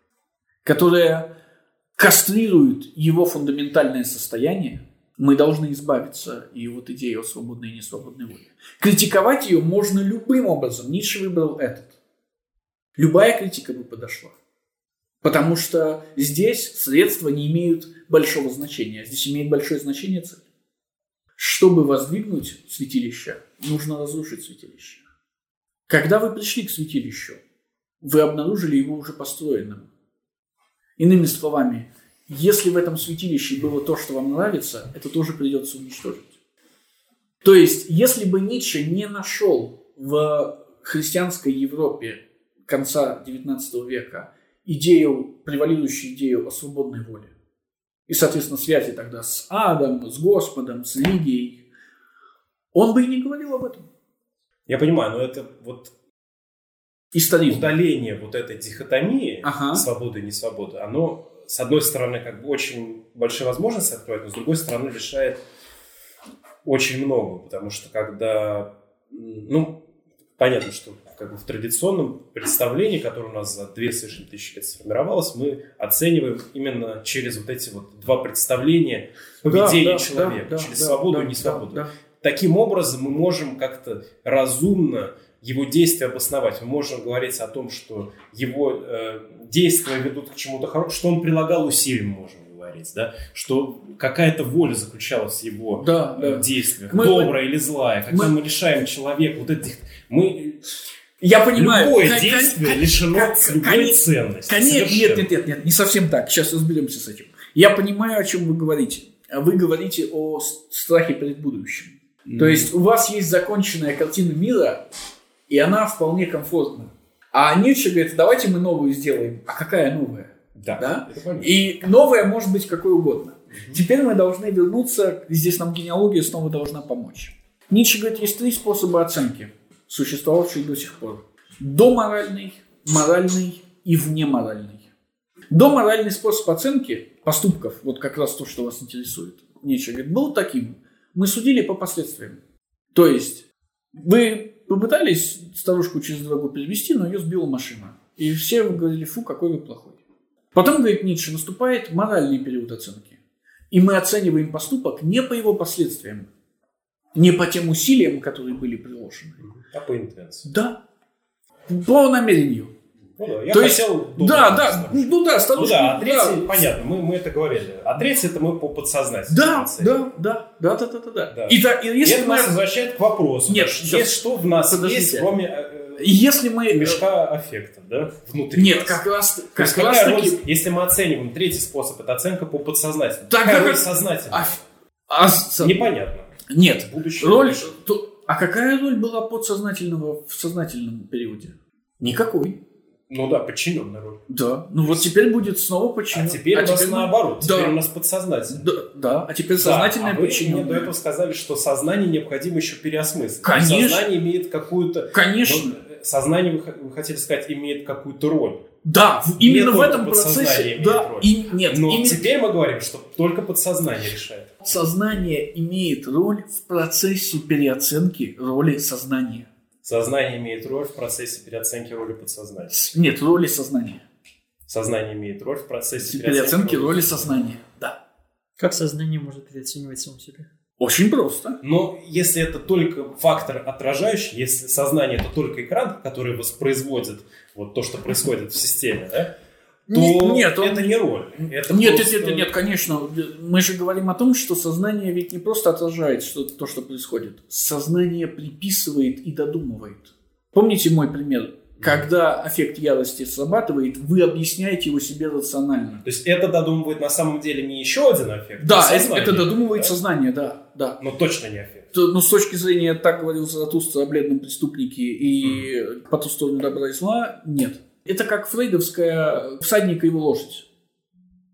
которое кастрирует его фундаментальное состояние, мы должны избавиться и от идеи о свободной и несвободной воле. Критиковать ее можно любым образом. Ницше выбрал этот. Любая критика бы подошла. Потому что здесь средства не имеют большого значения. Здесь имеет большое значение цель. Чтобы воздвигнуть святилище, нужно разрушить святилище. Когда вы пришли к святилищу, вы обнаружили его уже построенным. Иными словами, если в этом святилище было то, что вам нравится, это тоже придется уничтожить. То есть, если бы Ницше не нашел в христианской Европе конца девятнадцатого века идею, превалирующую идею о свободной воле, и, соответственно, связи тогда с адом, с Господом, с религией, он бы и не говорил об этом. Я понимаю, но это вот историзм. Удаление вот этой дихотомии, ага. свободы и несвободы, оно, с одной стороны, как бы очень большие возможности открывает, но с другой стороны лишает очень много, потому что когда, ну, понятно, что как бы в традиционном представлении, которое у нас за две с лишним тысячи лет сформировалось, мы оцениваем именно через вот эти вот два представления поведения да, человека, да, через да, свободу да, и несвободу. Да, да. Таким образом мы можем как-то разумно его действия обосновать. Мы можем говорить о том, что его э, действия ведут к чему-то хорошему, что он прилагал усилия, мы можем говорить, да? Что какая-то воля заключалась в его да, э, да. действиях, мы, добрая мы, или злая. Когда мы, мы лишаем человека вот этих... Мы... Я понимаю. Любое к- действие к- лишено к- любой к- ценности. Конечно, нет, нет, нет, нет, не совсем так. Сейчас разберемся с этим. Я понимаю, о чем вы говорите. Вы говорите о страхе перед будущим. Mm-hmm. То есть у вас есть законченная картина мира, и она вполне комфортна. А Ницше говорит, давайте мы новую сделаем. А какая новая? Да, да? Это понятно. И новая может быть какой угодно. Mm-hmm. Теперь мы должны вернуться, здесь нам генеалогия снова должна помочь. Ницше говорит, есть три способа оценки, существовавшие до сих пор. Доморальный, моральный и внеморальный. Доморальный способ оценки поступков, вот как раз то, что вас интересует, Ницше говорит, был таким. Мы судили по последствиям. То есть, вы попытались старушку через дорогу перевести, но ее сбила машина. И все говорили, фу, какой вы плохой. Потом, говорит Ницше, наступает моральный период оценки. И мы оцениваем поступок не по его последствиям, не по тем усилиям, которые были приложены. А по интенции. Да. По намерению. Ну да, я То хотел... есть, да, да, старушку. ну да, старушку. Ну да, а третий, да. понятно, мы, мы это говорили. А третий это мы по подсознательному. Да, да, да, да, да, да, да, да. И, да, и, если и это мы... нас возвращает к вопросу. Нет, есть сейчас... что в нас Подождите. есть, кроме э, если мы... мешка аффекта, да, внутри Нет, нас. как раз, То как есть, раз какая таки... роль, если мы оцениваем третий способ, это оценка по подсознательному. Так, какая как... роль сознательная? А, а, с... Непонятно. Нет, Будущее роль... будущее. То... А какая роль была подсознательного в сознательном периоде? Никакой. Ну да, подчиненная роль. Да, ну вот теперь будет снова подчиненная. А теперь а у нас теперь мы... наоборот, теперь да. у нас подсознательное. Да, да, а теперь Да, сознательное а вы подчиненное. мне до этого сказали, что сознание необходимо еще переосмыслить. Конечно. Сознание имеет какую-то... Конечно. Ну, сознание, вы, вы хотели сказать, имеет какую-то роль. Да, в- именно Не в этом только подсознание процессе. имеет Да, роль. и, нет, Но именно... теперь мы говорим, что только подсознание решает. Сознание имеет роль в процессе переоценки роли сознания. Сознание имеет роль в процессе переоценки роли подсознания. Нет, роли сознания. Сознание имеет роль в процессе Переоценки роли сознания. Да. Как сознание может переоценивать само себя? Очень просто. Но если это только фактор отражающий, если сознание это только экран, который воспроизводит вот то, что происходит в системе, да, то нет, он... это не роль. Это нет, просто... нет, нет, нет, конечно. Мы же говорим о том, что сознание ведь не просто отражает что то, что происходит. Сознание приписывает и додумывает. Помните мой пример? Когда аффект ярости срабатывает, вы объясняете его себе рационально. То есть это додумывает на самом деле не еще один аффект? Да, а это, сознание, это додумывает да? сознание, да, да. Но точно не аффект. То, ну, с точки зрения, так говорил Заратустра о бледном преступнике и mm. по ту сторону добра и зла, нет. Это как фрейдовская всадник и его лошадь.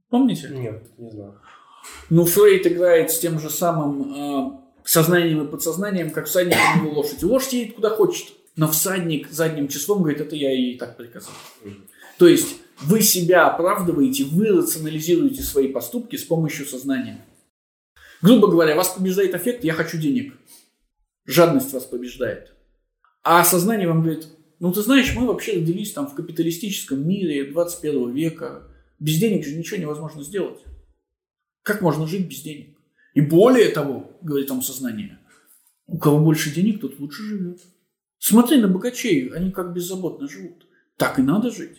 Помните? Нет, не знаю. Ну, Фрейд играет с тем же самым э, сознанием и подсознанием, как всадник и его лошадь. Лошадь едет куда хочет, но всадник задним числом говорит, это я ей так приказал. Mm-hmm. То есть вы себя оправдываете, вы рационализируете свои поступки с помощью сознания. Грубо говоря, вас побеждает аффект, я хочу денег. Жадность вас побеждает. А сознание вам говорит, ну ты знаешь, мы вообще родились там в капиталистическом мире двадцать первого века. Без денег же ничего невозможно сделать. Как можно жить без денег? И более того, говорит вам сознание, у кого больше денег, тот лучше живет. Смотри на богачей, они как беззаботно живут. Так и надо жить.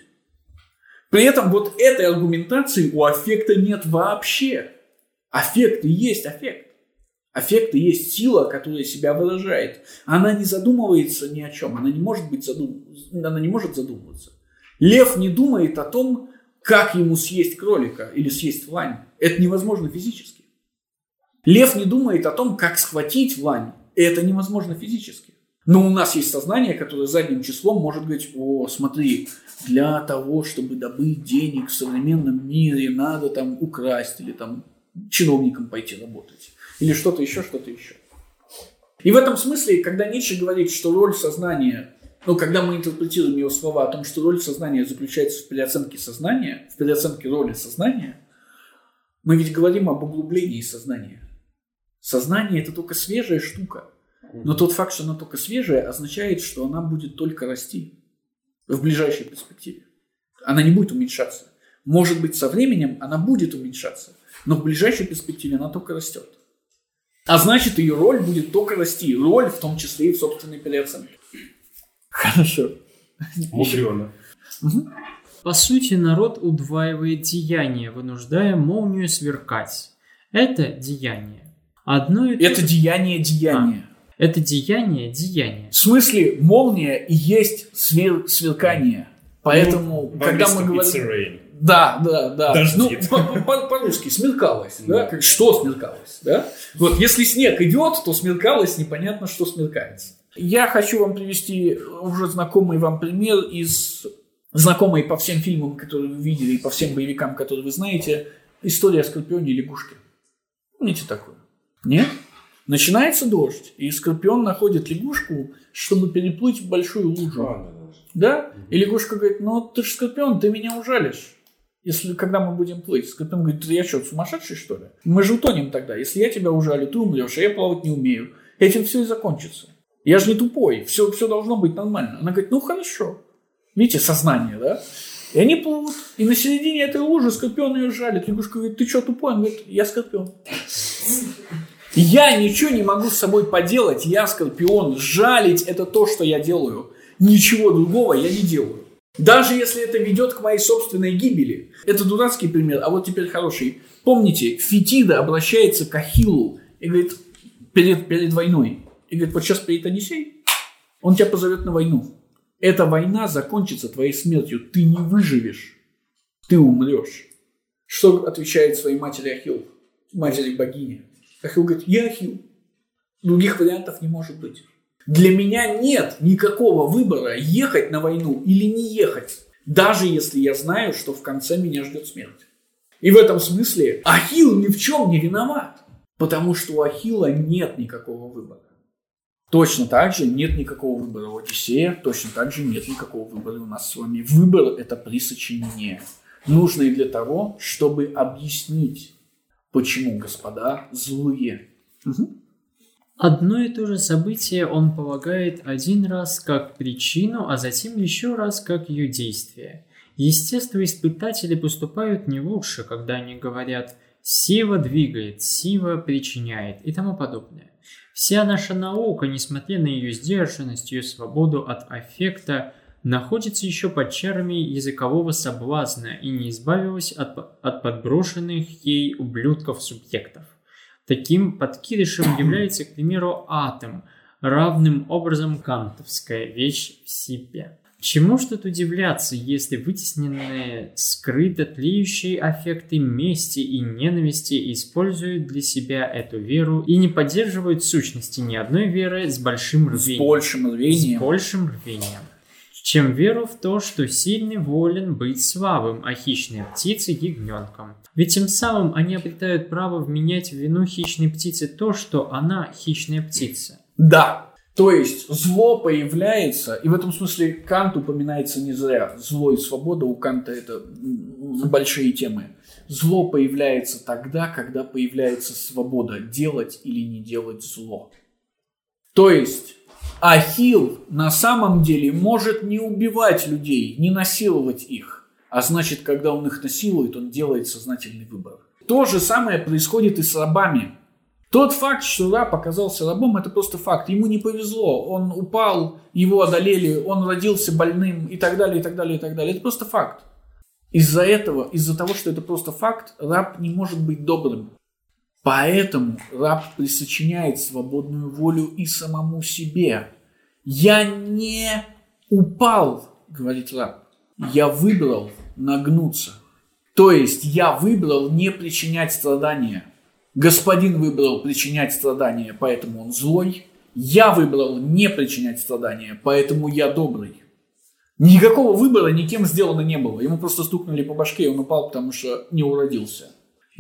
При этом вот этой аргументации у аффекта нет вообще. Аффект и есть аффект. Аффект и есть сила, которая себя выражает. Она не задумывается ни о чем. Она не может быть задум... она не может задумываться. Лев не думает о том, как ему съесть кролика или съесть лань. Это невозможно физически. Лев не думает о том, как схватить лань. Это невозможно физически. Но у нас есть сознание, которое задним числом может говорить, о, смотри, для того, чтобы добыть денег в современном мире, надо там украсть или там чиновникам пойти работать. Или что-то еще, что-то еще. И в этом смысле, когда Ницше говорит, что роль сознания, ну, когда мы интерпретируем его слова о том, что роль сознания заключается в переоценке сознания, в переоценке роли сознания, мы ведь говорим об углублении сознания. Сознание – это только свежая штука. Но тот факт, что она только свежая, означает, что она будет только расти в ближайшей перспективе. Она не будет уменьшаться. Может быть, со временем она будет уменьшаться, но в ближайшей перспективе она только растет. А значит, ее роль будет только расти. Роль, в том числе и в собственной переоценке. Хорошо. Мудрено. Угу. По сути, народ удваивает деяние, вынуждая молнию сверкать. Это деяние. Одно и то Это же... деяние деяния. А, это деяние деяния. В смысле, молния и есть свер... сверкание. Поэтому, ну, когда мы говорим... Да, да, да. Дождит. Ну, по- по- по-русски смеркалось, да? Как, что смеркалось, да? Вот, если снег идет, то смеркалось, непонятно, что смеркается. Я хочу вам привести уже знакомый вам пример из знакомой по всем фильмам, которые вы видели, и по всем боевикам, которые вы знаете, история о Скорпионе и лягушке. Помните такое? Нет? Начинается дождь, и Скорпион находит лягушку, чтобы переплыть в большую лужу. Да? И лягушка говорит, ну ты же Скорпион, ты меня ужалишь. Если, когда мы будем плыть, Скорпион говорит, я что, сумасшедший, что ли? Мы же утонем тогда. Если я тебя ужалю, ты умрешь, а я плавать не умею. Этим все и закончится. Я же не тупой, все, все должно быть нормально. Она говорит, ну хорошо. Видите, сознание, да? И они плывут. И на середине этой лужи Скорпион ее жалит. Лягушка говорит, ты что, тупой? Он говорит, я Скорпион. Я ничего не могу с собой поделать, я Скорпион. Жалить – это то, что я делаю. Ничего другого я не делаю. Даже если это ведет к моей собственной гибели. Это дурацкий пример, а вот теперь хороший. Помните, Фетида обращается к Ахиллу и говорит, перед, перед войной, и говорит, вот сейчас приедет Одиссей, он тебя позовет на войну. Эта война закончится твоей смертью, ты не выживешь, ты умрешь. Что отвечает своей матери Ахилл, матери богини? Ахилл говорит, я Ахилл, других вариантов не может быть. Для меня нет никакого выбора, ехать на войну или не ехать, даже если я знаю, что в конце меня ждет смерть. И в этом смысле Ахилл ни в чем не виноват, потому что у Ахилла нет никакого выбора. Точно так же нет никакого выбора у Одиссея, точно так же нет никакого выбора у нас с вами. Выбор – это присочинение, нужное для того, чтобы объяснить, почему господа злые. Угу. Одно и то же событие он полагает один раз как причину, а затем еще раз как ее действие. Естествоиспытатели поступают не лучше, когда они говорят «сила двигает», «сила причиняет» и тому подобное. Вся наша наука, несмотря на ее сдержанность, ее свободу от аффекта, находится еще под чарами языкового соблазна и не избавилась от, от подброшенных ей ублюдков-субъектов. Таким подкидышем является, к примеру, атом, равным образом кантовская вещь в себе. Чему ж тут удивляться, если вытесненные скрыто тлеющие аффекты мести и ненависти используют для себя эту веру и не поддерживают сущности ни одной веры с большим рвением. С большим рвением. С большим рвением. чем веру в то, что сильный волен быть слабым, а хищная птица – ягненком. Ведь тем самым они обретают право вменять в вину хищной птице то, что она хищная птица. Да, то есть зло появляется, и в этом смысле Кант упоминается не зря. Зло и свобода у Канта – это большие темы. Зло появляется тогда, когда появляется свобода делать или не делать зло. То есть Ахилл на самом деле может не убивать людей, не насиловать их. А значит, когда он их насилует, он делает сознательный выбор. То же самое происходит и с рабами. Тот факт, что раб оказался рабом, это просто факт. Ему не повезло. Он упал, его одолели, он родился больным и так далее, и так далее, и так далее. Это просто факт. Из-за этого, из-за того, что это просто факт, раб не может быть добрым. Поэтому раб присочиняет свободную волю и самому себе. «Я не упал», говорит раб, «я выбрал нагнуться». То есть я выбрал не причинять страдания. Господин выбрал причинять страдания, поэтому он злой. Я выбрал не причинять страдания, поэтому я добрый. Никакого выбора никем сделано не было. Ему просто стукнули по башке, и он упал, потому что не уродился.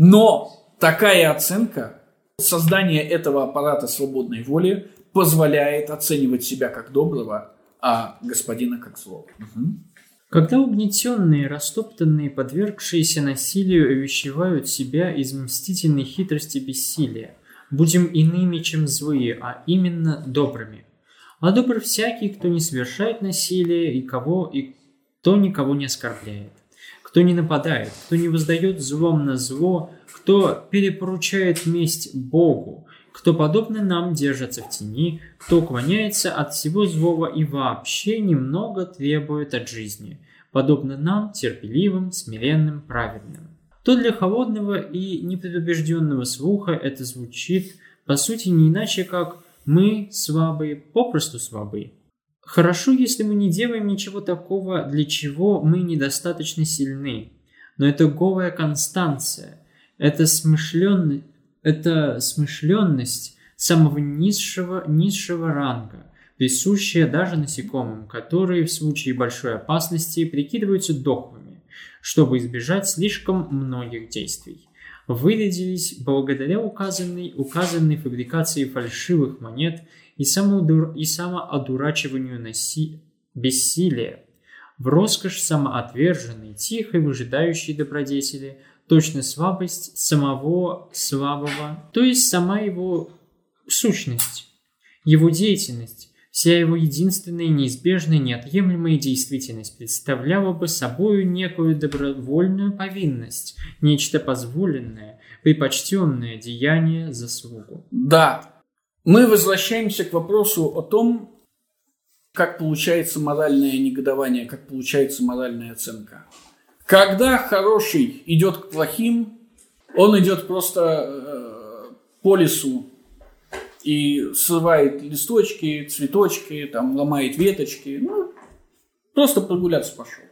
Но такая оценка, создание этого аппарата свободной воли позволяет оценивать себя как доброго, а господина как злого. Угу. Когда угнетенные, растоптанные, подвергшиеся насилию увещевают себя из мстительной хитрости бессилия, будем иными, чем злые, а именно добрыми. А добр всякий, кто не совершает насилие и кого и кто никого не оскорбляет, кто не нападает, кто не воздает злом на зло, кто перепоручает месть Богу, кто, подобно нам, держится в тени, кто уклоняется от всего злого и вообще немного требует от жизни, подобно нам, терпеливым, смиренным, праведным. То для холодного и непредубежденного слуха это звучит, по сути, не иначе, как «мы слабые, попросту слабые». Хорошо, если мы не делаем ничего такого, для чего мы недостаточно сильны, но это голая констанция, это смышленность, это смышленность самого низшего, низшего ранга, присущая даже насекомым, которые в случае большой опасности прикидываются дохлыми, чтобы избежать слишком многих действий. Вырядились благодаря указанной, указанной фабрикации фальшивых монет и, самоудур... и самоодурачиванию наси... бессилия, в роскошь самоотверженной, тихой, выжидающей добродетели, точно слабость самого слабого, то есть сама его сущность, его деятельность, вся его единственная, неизбежная, неотъемлемая действительность представляла бы собою некую добровольную повинность, нечто позволенное, предпочтенное деяние заслугу. Да, мы возвращаемся к вопросу о том, как получается моральное негодование, как получается моральная оценка. Когда хороший идет к плохим, он идет просто э, по лесу и срывает листочки, цветочки, там, ломает веточки. Ну, просто прогуляться пошел.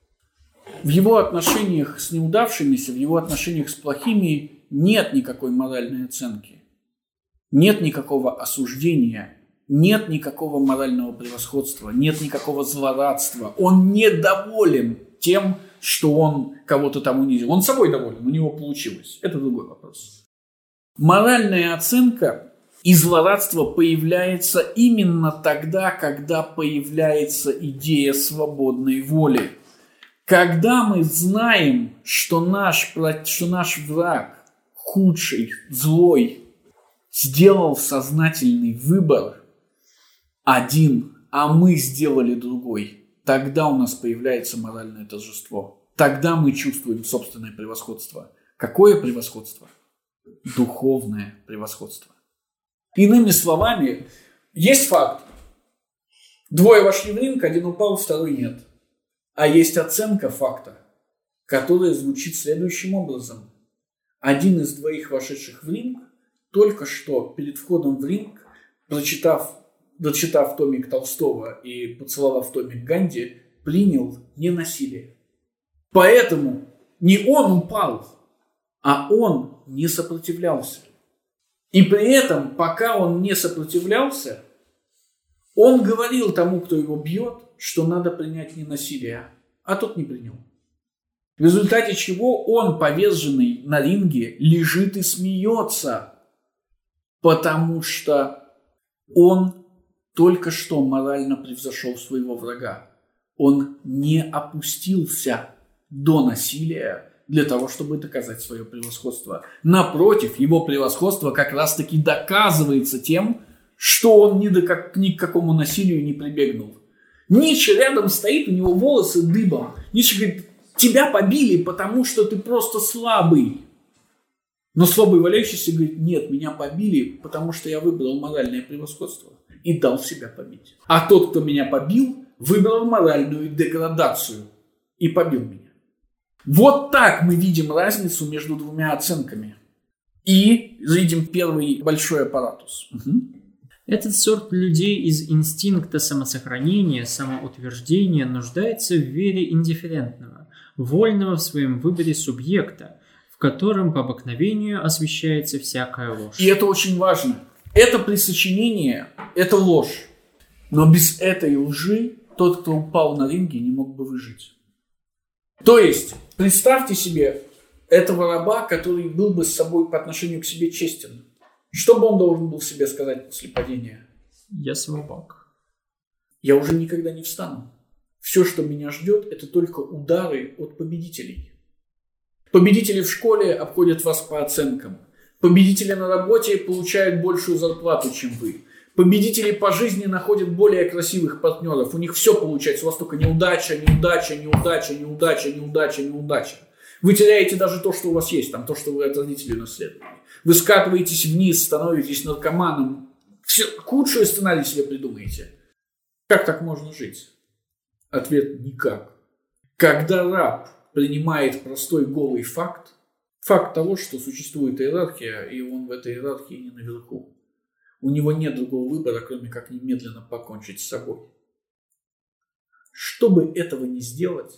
В его отношениях с неудавшимися, в его отношениях с плохими нет никакой моральной оценки. Нет никакого осуждения, нет никакого морального превосходства, нет никакого злорадства. Он недоволен тем, что он кого-то там унизил. Он собой доволен, у него получилось. Это другой вопрос. Моральная оценка и злорадство появляется именно тогда, когда появляется идея свободной воли. Когда мы знаем, что наш, что наш враг, худший, злой, сделал сознательный выбор один, а мы сделали другой, тогда у нас появляется моральное торжество. Тогда мы чувствуем собственное превосходство. Какое превосходство? Духовное превосходство. Иными словами, есть факт. Двое вошли в ринг, один упал, второй нет. А есть оценка факта, которая звучит следующим образом. Один из двоих вошедших в ринг только что перед входом в ринг, прочитав дочитав томик Толстого и поцеловав томик Ганди, принял ненасилие. Поэтому не он упал, а он не сопротивлялся. И при этом, пока он не сопротивлялся, он говорил тому, кто его бьет, что надо принять не насилие, а тот не принял. В результате чего он, поверженный на ринге, лежит и смеется, потому что он только что морально превзошел своего врага. Он не опустился до насилия для того, чтобы доказать свое превосходство. Напротив, его превосходство как раз-таки доказывается тем, что он ни, до как, ни к какому насилию не прибегнул. Ницше рядом стоит, у него волосы дыбом. Ницше говорит, тебя побили, потому что ты просто слабый. Но слабый валяющийся говорит, нет, меня побили, потому что я выбрал моральное превосходство и дал себя побить. А тот, кто меня побил, выбрал моральную деградацию и побил меня. Вот так мы видим разницу между двумя оценками. И видим первый большой аппаратус. Угу. Этот сорт людей из инстинкта самосохранения, самоутверждения нуждается в вере индифферентного, вольного в своем выборе субъекта, в котором по обыкновению освещается всякая ложь. И это очень важно. Это присочинение, это ложь. Но без этой лжи тот, кто упал на ринге, не мог бы выжить. То есть, представьте себе этого раба, который был бы с собой по отношению к себе честен. Что бы он должен был себе сказать после падения? Я слабак. Я уже никогда не встану. Все, что меня ждет, это только удары от победителей. Победители в школе обходят вас по оценкам. Победители на работе получают большую зарплату, чем вы. Победители по жизни находят более красивых партнеров. У них все получается. У вас только неудача, неудача, неудача, неудача, неудача, неудача. Вы теряете даже то, что у вас есть, там, то, что вы от родителей наследовали. Вы скатываетесь вниз, становитесь наркоманом. Все, худший сценарий себе придумаете. Как так можно жить? Ответ – никак. Когда раб принимает простой голый факт, факт того, что существует иерархия, и он в этой иерархии не наверху, у него нет другого выбора, кроме как немедленно покончить с собой. Чтобы этого не сделать,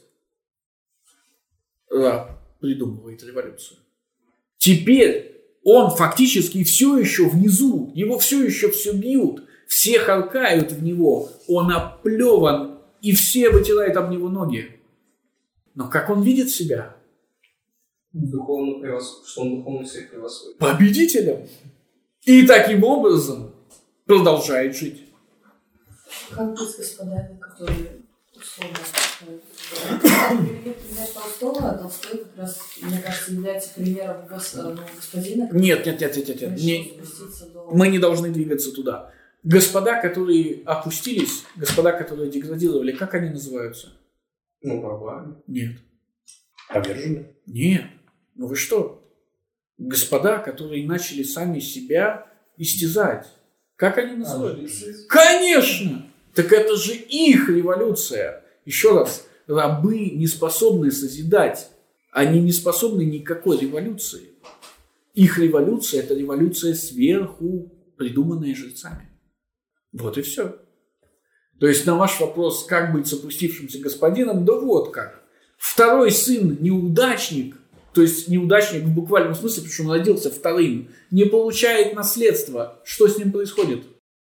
раб придумывает революцию. Теперь он фактически все еще внизу, его все еще все бьют, все харкают в него, он оплеван, и все вытирают об него ноги. Но как он видит себя? Духовно превосход... Что он духовно себя превосходит. Победителем. И таким образом продолжает жить. Как быть с господами, которые условно... Пример Толстого, Толстой как раз, мне кажется, является примером гос... ну, господина. Нет, нет, нет, нет, нет, нет. Не... До... Мы не должны двигаться туда. Господа, которые опустились, господа, которые деградировали, как они называются? Ну, рабами. Нет. Повержены? Нет. Ну вы что? Господа, которые начали сами себя истязать. Как они называются? А, Конечно! Так это же их революция. Еще раз, рабы не способны созидать. Они не способны никакой революции. Их революция – это революция сверху, придуманная жрецами. Вот и все. То есть на ваш вопрос, как быть с опустившимся господином, да вот как. Второй сын неудачник, то есть неудачник в буквальном смысле, потому что он родился вторым, не получает наследство. Что с ним происходит?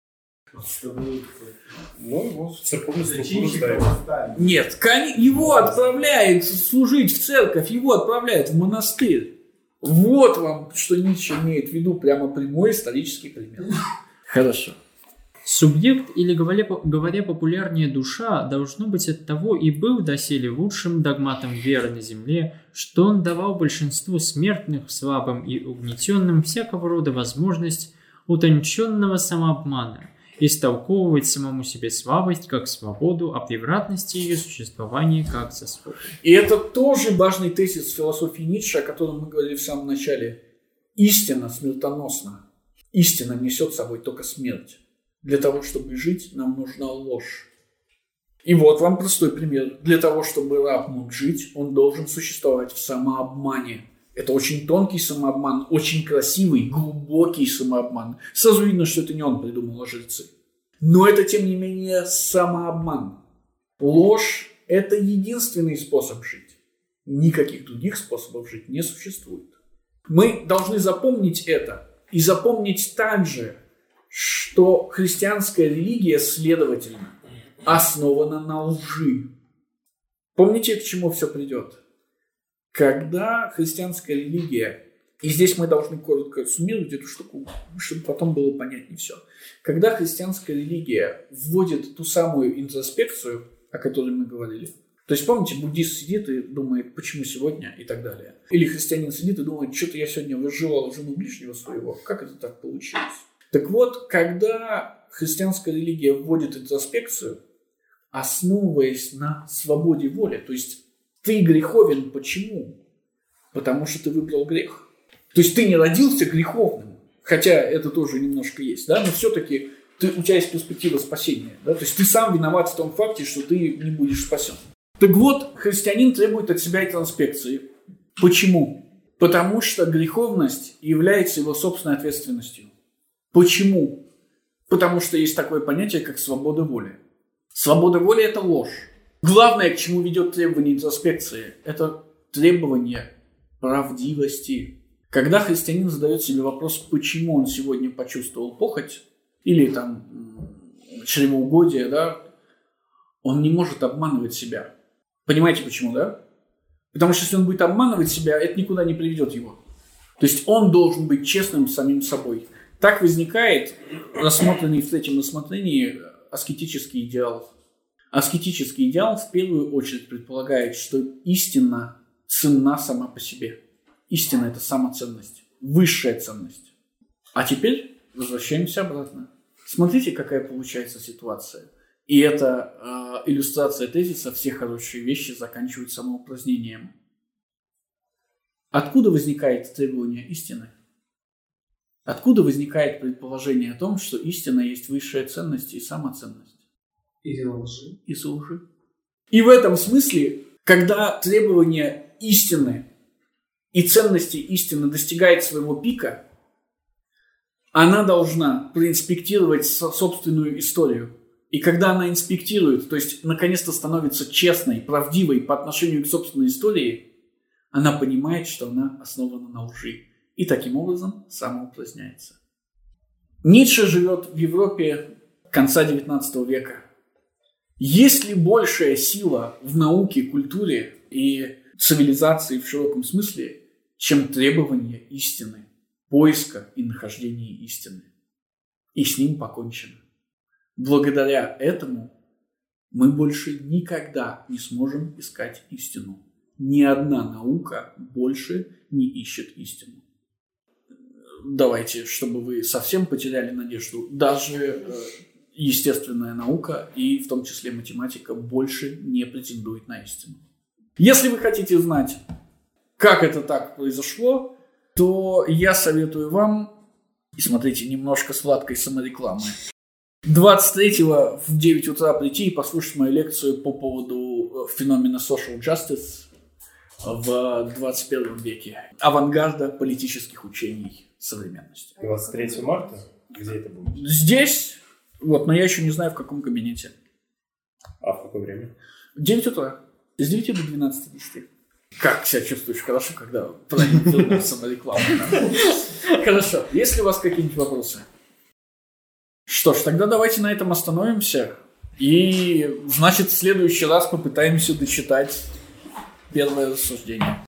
Ну, его в церковную структуру ставят. Нет, его отправляют служить в церковь, его отправляют в монастырь. Вот вам, что Ницше имеет в виду, прямо прямой исторический пример. Хорошо. Субъект, или говоря, говоря популярнее душа, должно быть от того и был доселе лучшим догматом веры на земле, что он давал большинству смертных, слабым и угнетенным всякого рода возможность утонченного самообмана, истолковывать самому себе слабость как свободу, а превратности ее существования как заслугу. И это тоже важный тезис философии Ницше, о котором мы говорили в самом начале. Истина смертоносна. Истина несет с собой только смерть. Для того, чтобы жить, нам нужна ложь. И вот вам простой пример. Для того, чтобы раб мог жить, он должен существовать в самообмане. Это очень тонкий самообман, очень красивый, глубокий самообман. Сразу видно, что это не он придумал, а жрецы. Но это, тем не менее, самообман. Ложь – это единственный способ жить. Никаких других способов жить не существует. Мы должны запомнить это. И запомнить также, что христианская религия, следовательно, основана на лжи. Помните, к чему все придет? Когда христианская религия, и здесь мы должны коротко суммировать эту штуку, чтобы потом было понятнее все. Когда христианская религия вводит ту самую интроспекцию, о которой мы говорили, то есть, помните, буддист сидит и думает, почему сегодня и так далее. Или христианин сидит и думает, что-то я сегодня возжелал жену ближнего своего. Как это так получилось? Так вот, когда христианская религия вводит интроспекцию, основываясь на свободе воли, то есть ты греховен почему? Потому что ты выбрал грех. То есть ты не родился греховным, хотя это тоже немножко есть, да, но все-таки ты, у тебя есть перспектива спасения, да, то есть ты сам виноват в том факте, что ты не будешь спасен. Так вот, христианин требует от себя интроспекции. Почему? Потому что греховность является его собственной ответственностью. Почему? Потому что есть такое понятие, как свобода воли. Свобода воли – это ложь. Главное, к чему ведет требование интроспекции, это требование правдивости. Когда христианин задает себе вопрос, почему он сегодня почувствовал похоть, или там чревоугодие, да, он не может обманывать себя. Понимаете почему, да? Потому что если он будет обманывать себя, это никуда не приведет его. То есть он должен быть честным с самим собой. Так возникает рассмотренный в третьем рассмотрении аскетический идеал. Аскетический идеал в первую очередь предполагает, что истина ценна сама по себе. Истина – это самоценность, высшая ценность. А теперь возвращаемся обратно. Смотрите, какая получается ситуация. И эта э, иллюстрация тезиса «все хорошие вещи заканчивают самоупразднением». Откуда возникает требование истины? Откуда возникает предположение о том, что истина есть высшая ценность и самоценность? Из лжи. Из лжи. И в этом смысле, когда требование истины и ценности истины достигает своего пика, она должна проинспектировать собственную историю. И когда она инспектирует, то есть наконец-то становится честной, правдивой по отношению к собственной истории, она понимает, что она основана на лжи. И таким образом самоупраздняется. Ницше живет в Европе конца девятнадцатого века. Есть ли большая сила в науке, культуре и цивилизации в широком смысле, чем требование истины, поиска и нахождения истины? И с ним покончено. Благодаря этому мы больше никогда не сможем искать истину. Ни одна наука больше не ищет истину. Давайте, чтобы вы совсем потеряли надежду, даже э, естественная наука, и в том числе математика, больше не претендует на истину. Если вы хотите знать, как это так произошло, то я советую вам, и смотрите, немножко сладкой саморекламы, двадцать третьего в девять утра прийти и послушать мою лекцию по поводу феномена social justice в двадцать первом веке. Авангарда политических учений современности. двадцать третьего марта? Где это будет? Здесь, вот, но я еще не знаю, в каком кабинете. А в какое время? девять утра. С девяти до двенадцати десяти. Как себя чувствуешь хорошо, когда правильно саморекламу? Хорошо. Есть ли у вас какие-нибудь вопросы? Что ж, тогда давайте на этом остановимся. И, значит, в следующий раз попытаемся дочитать первое рассуждение.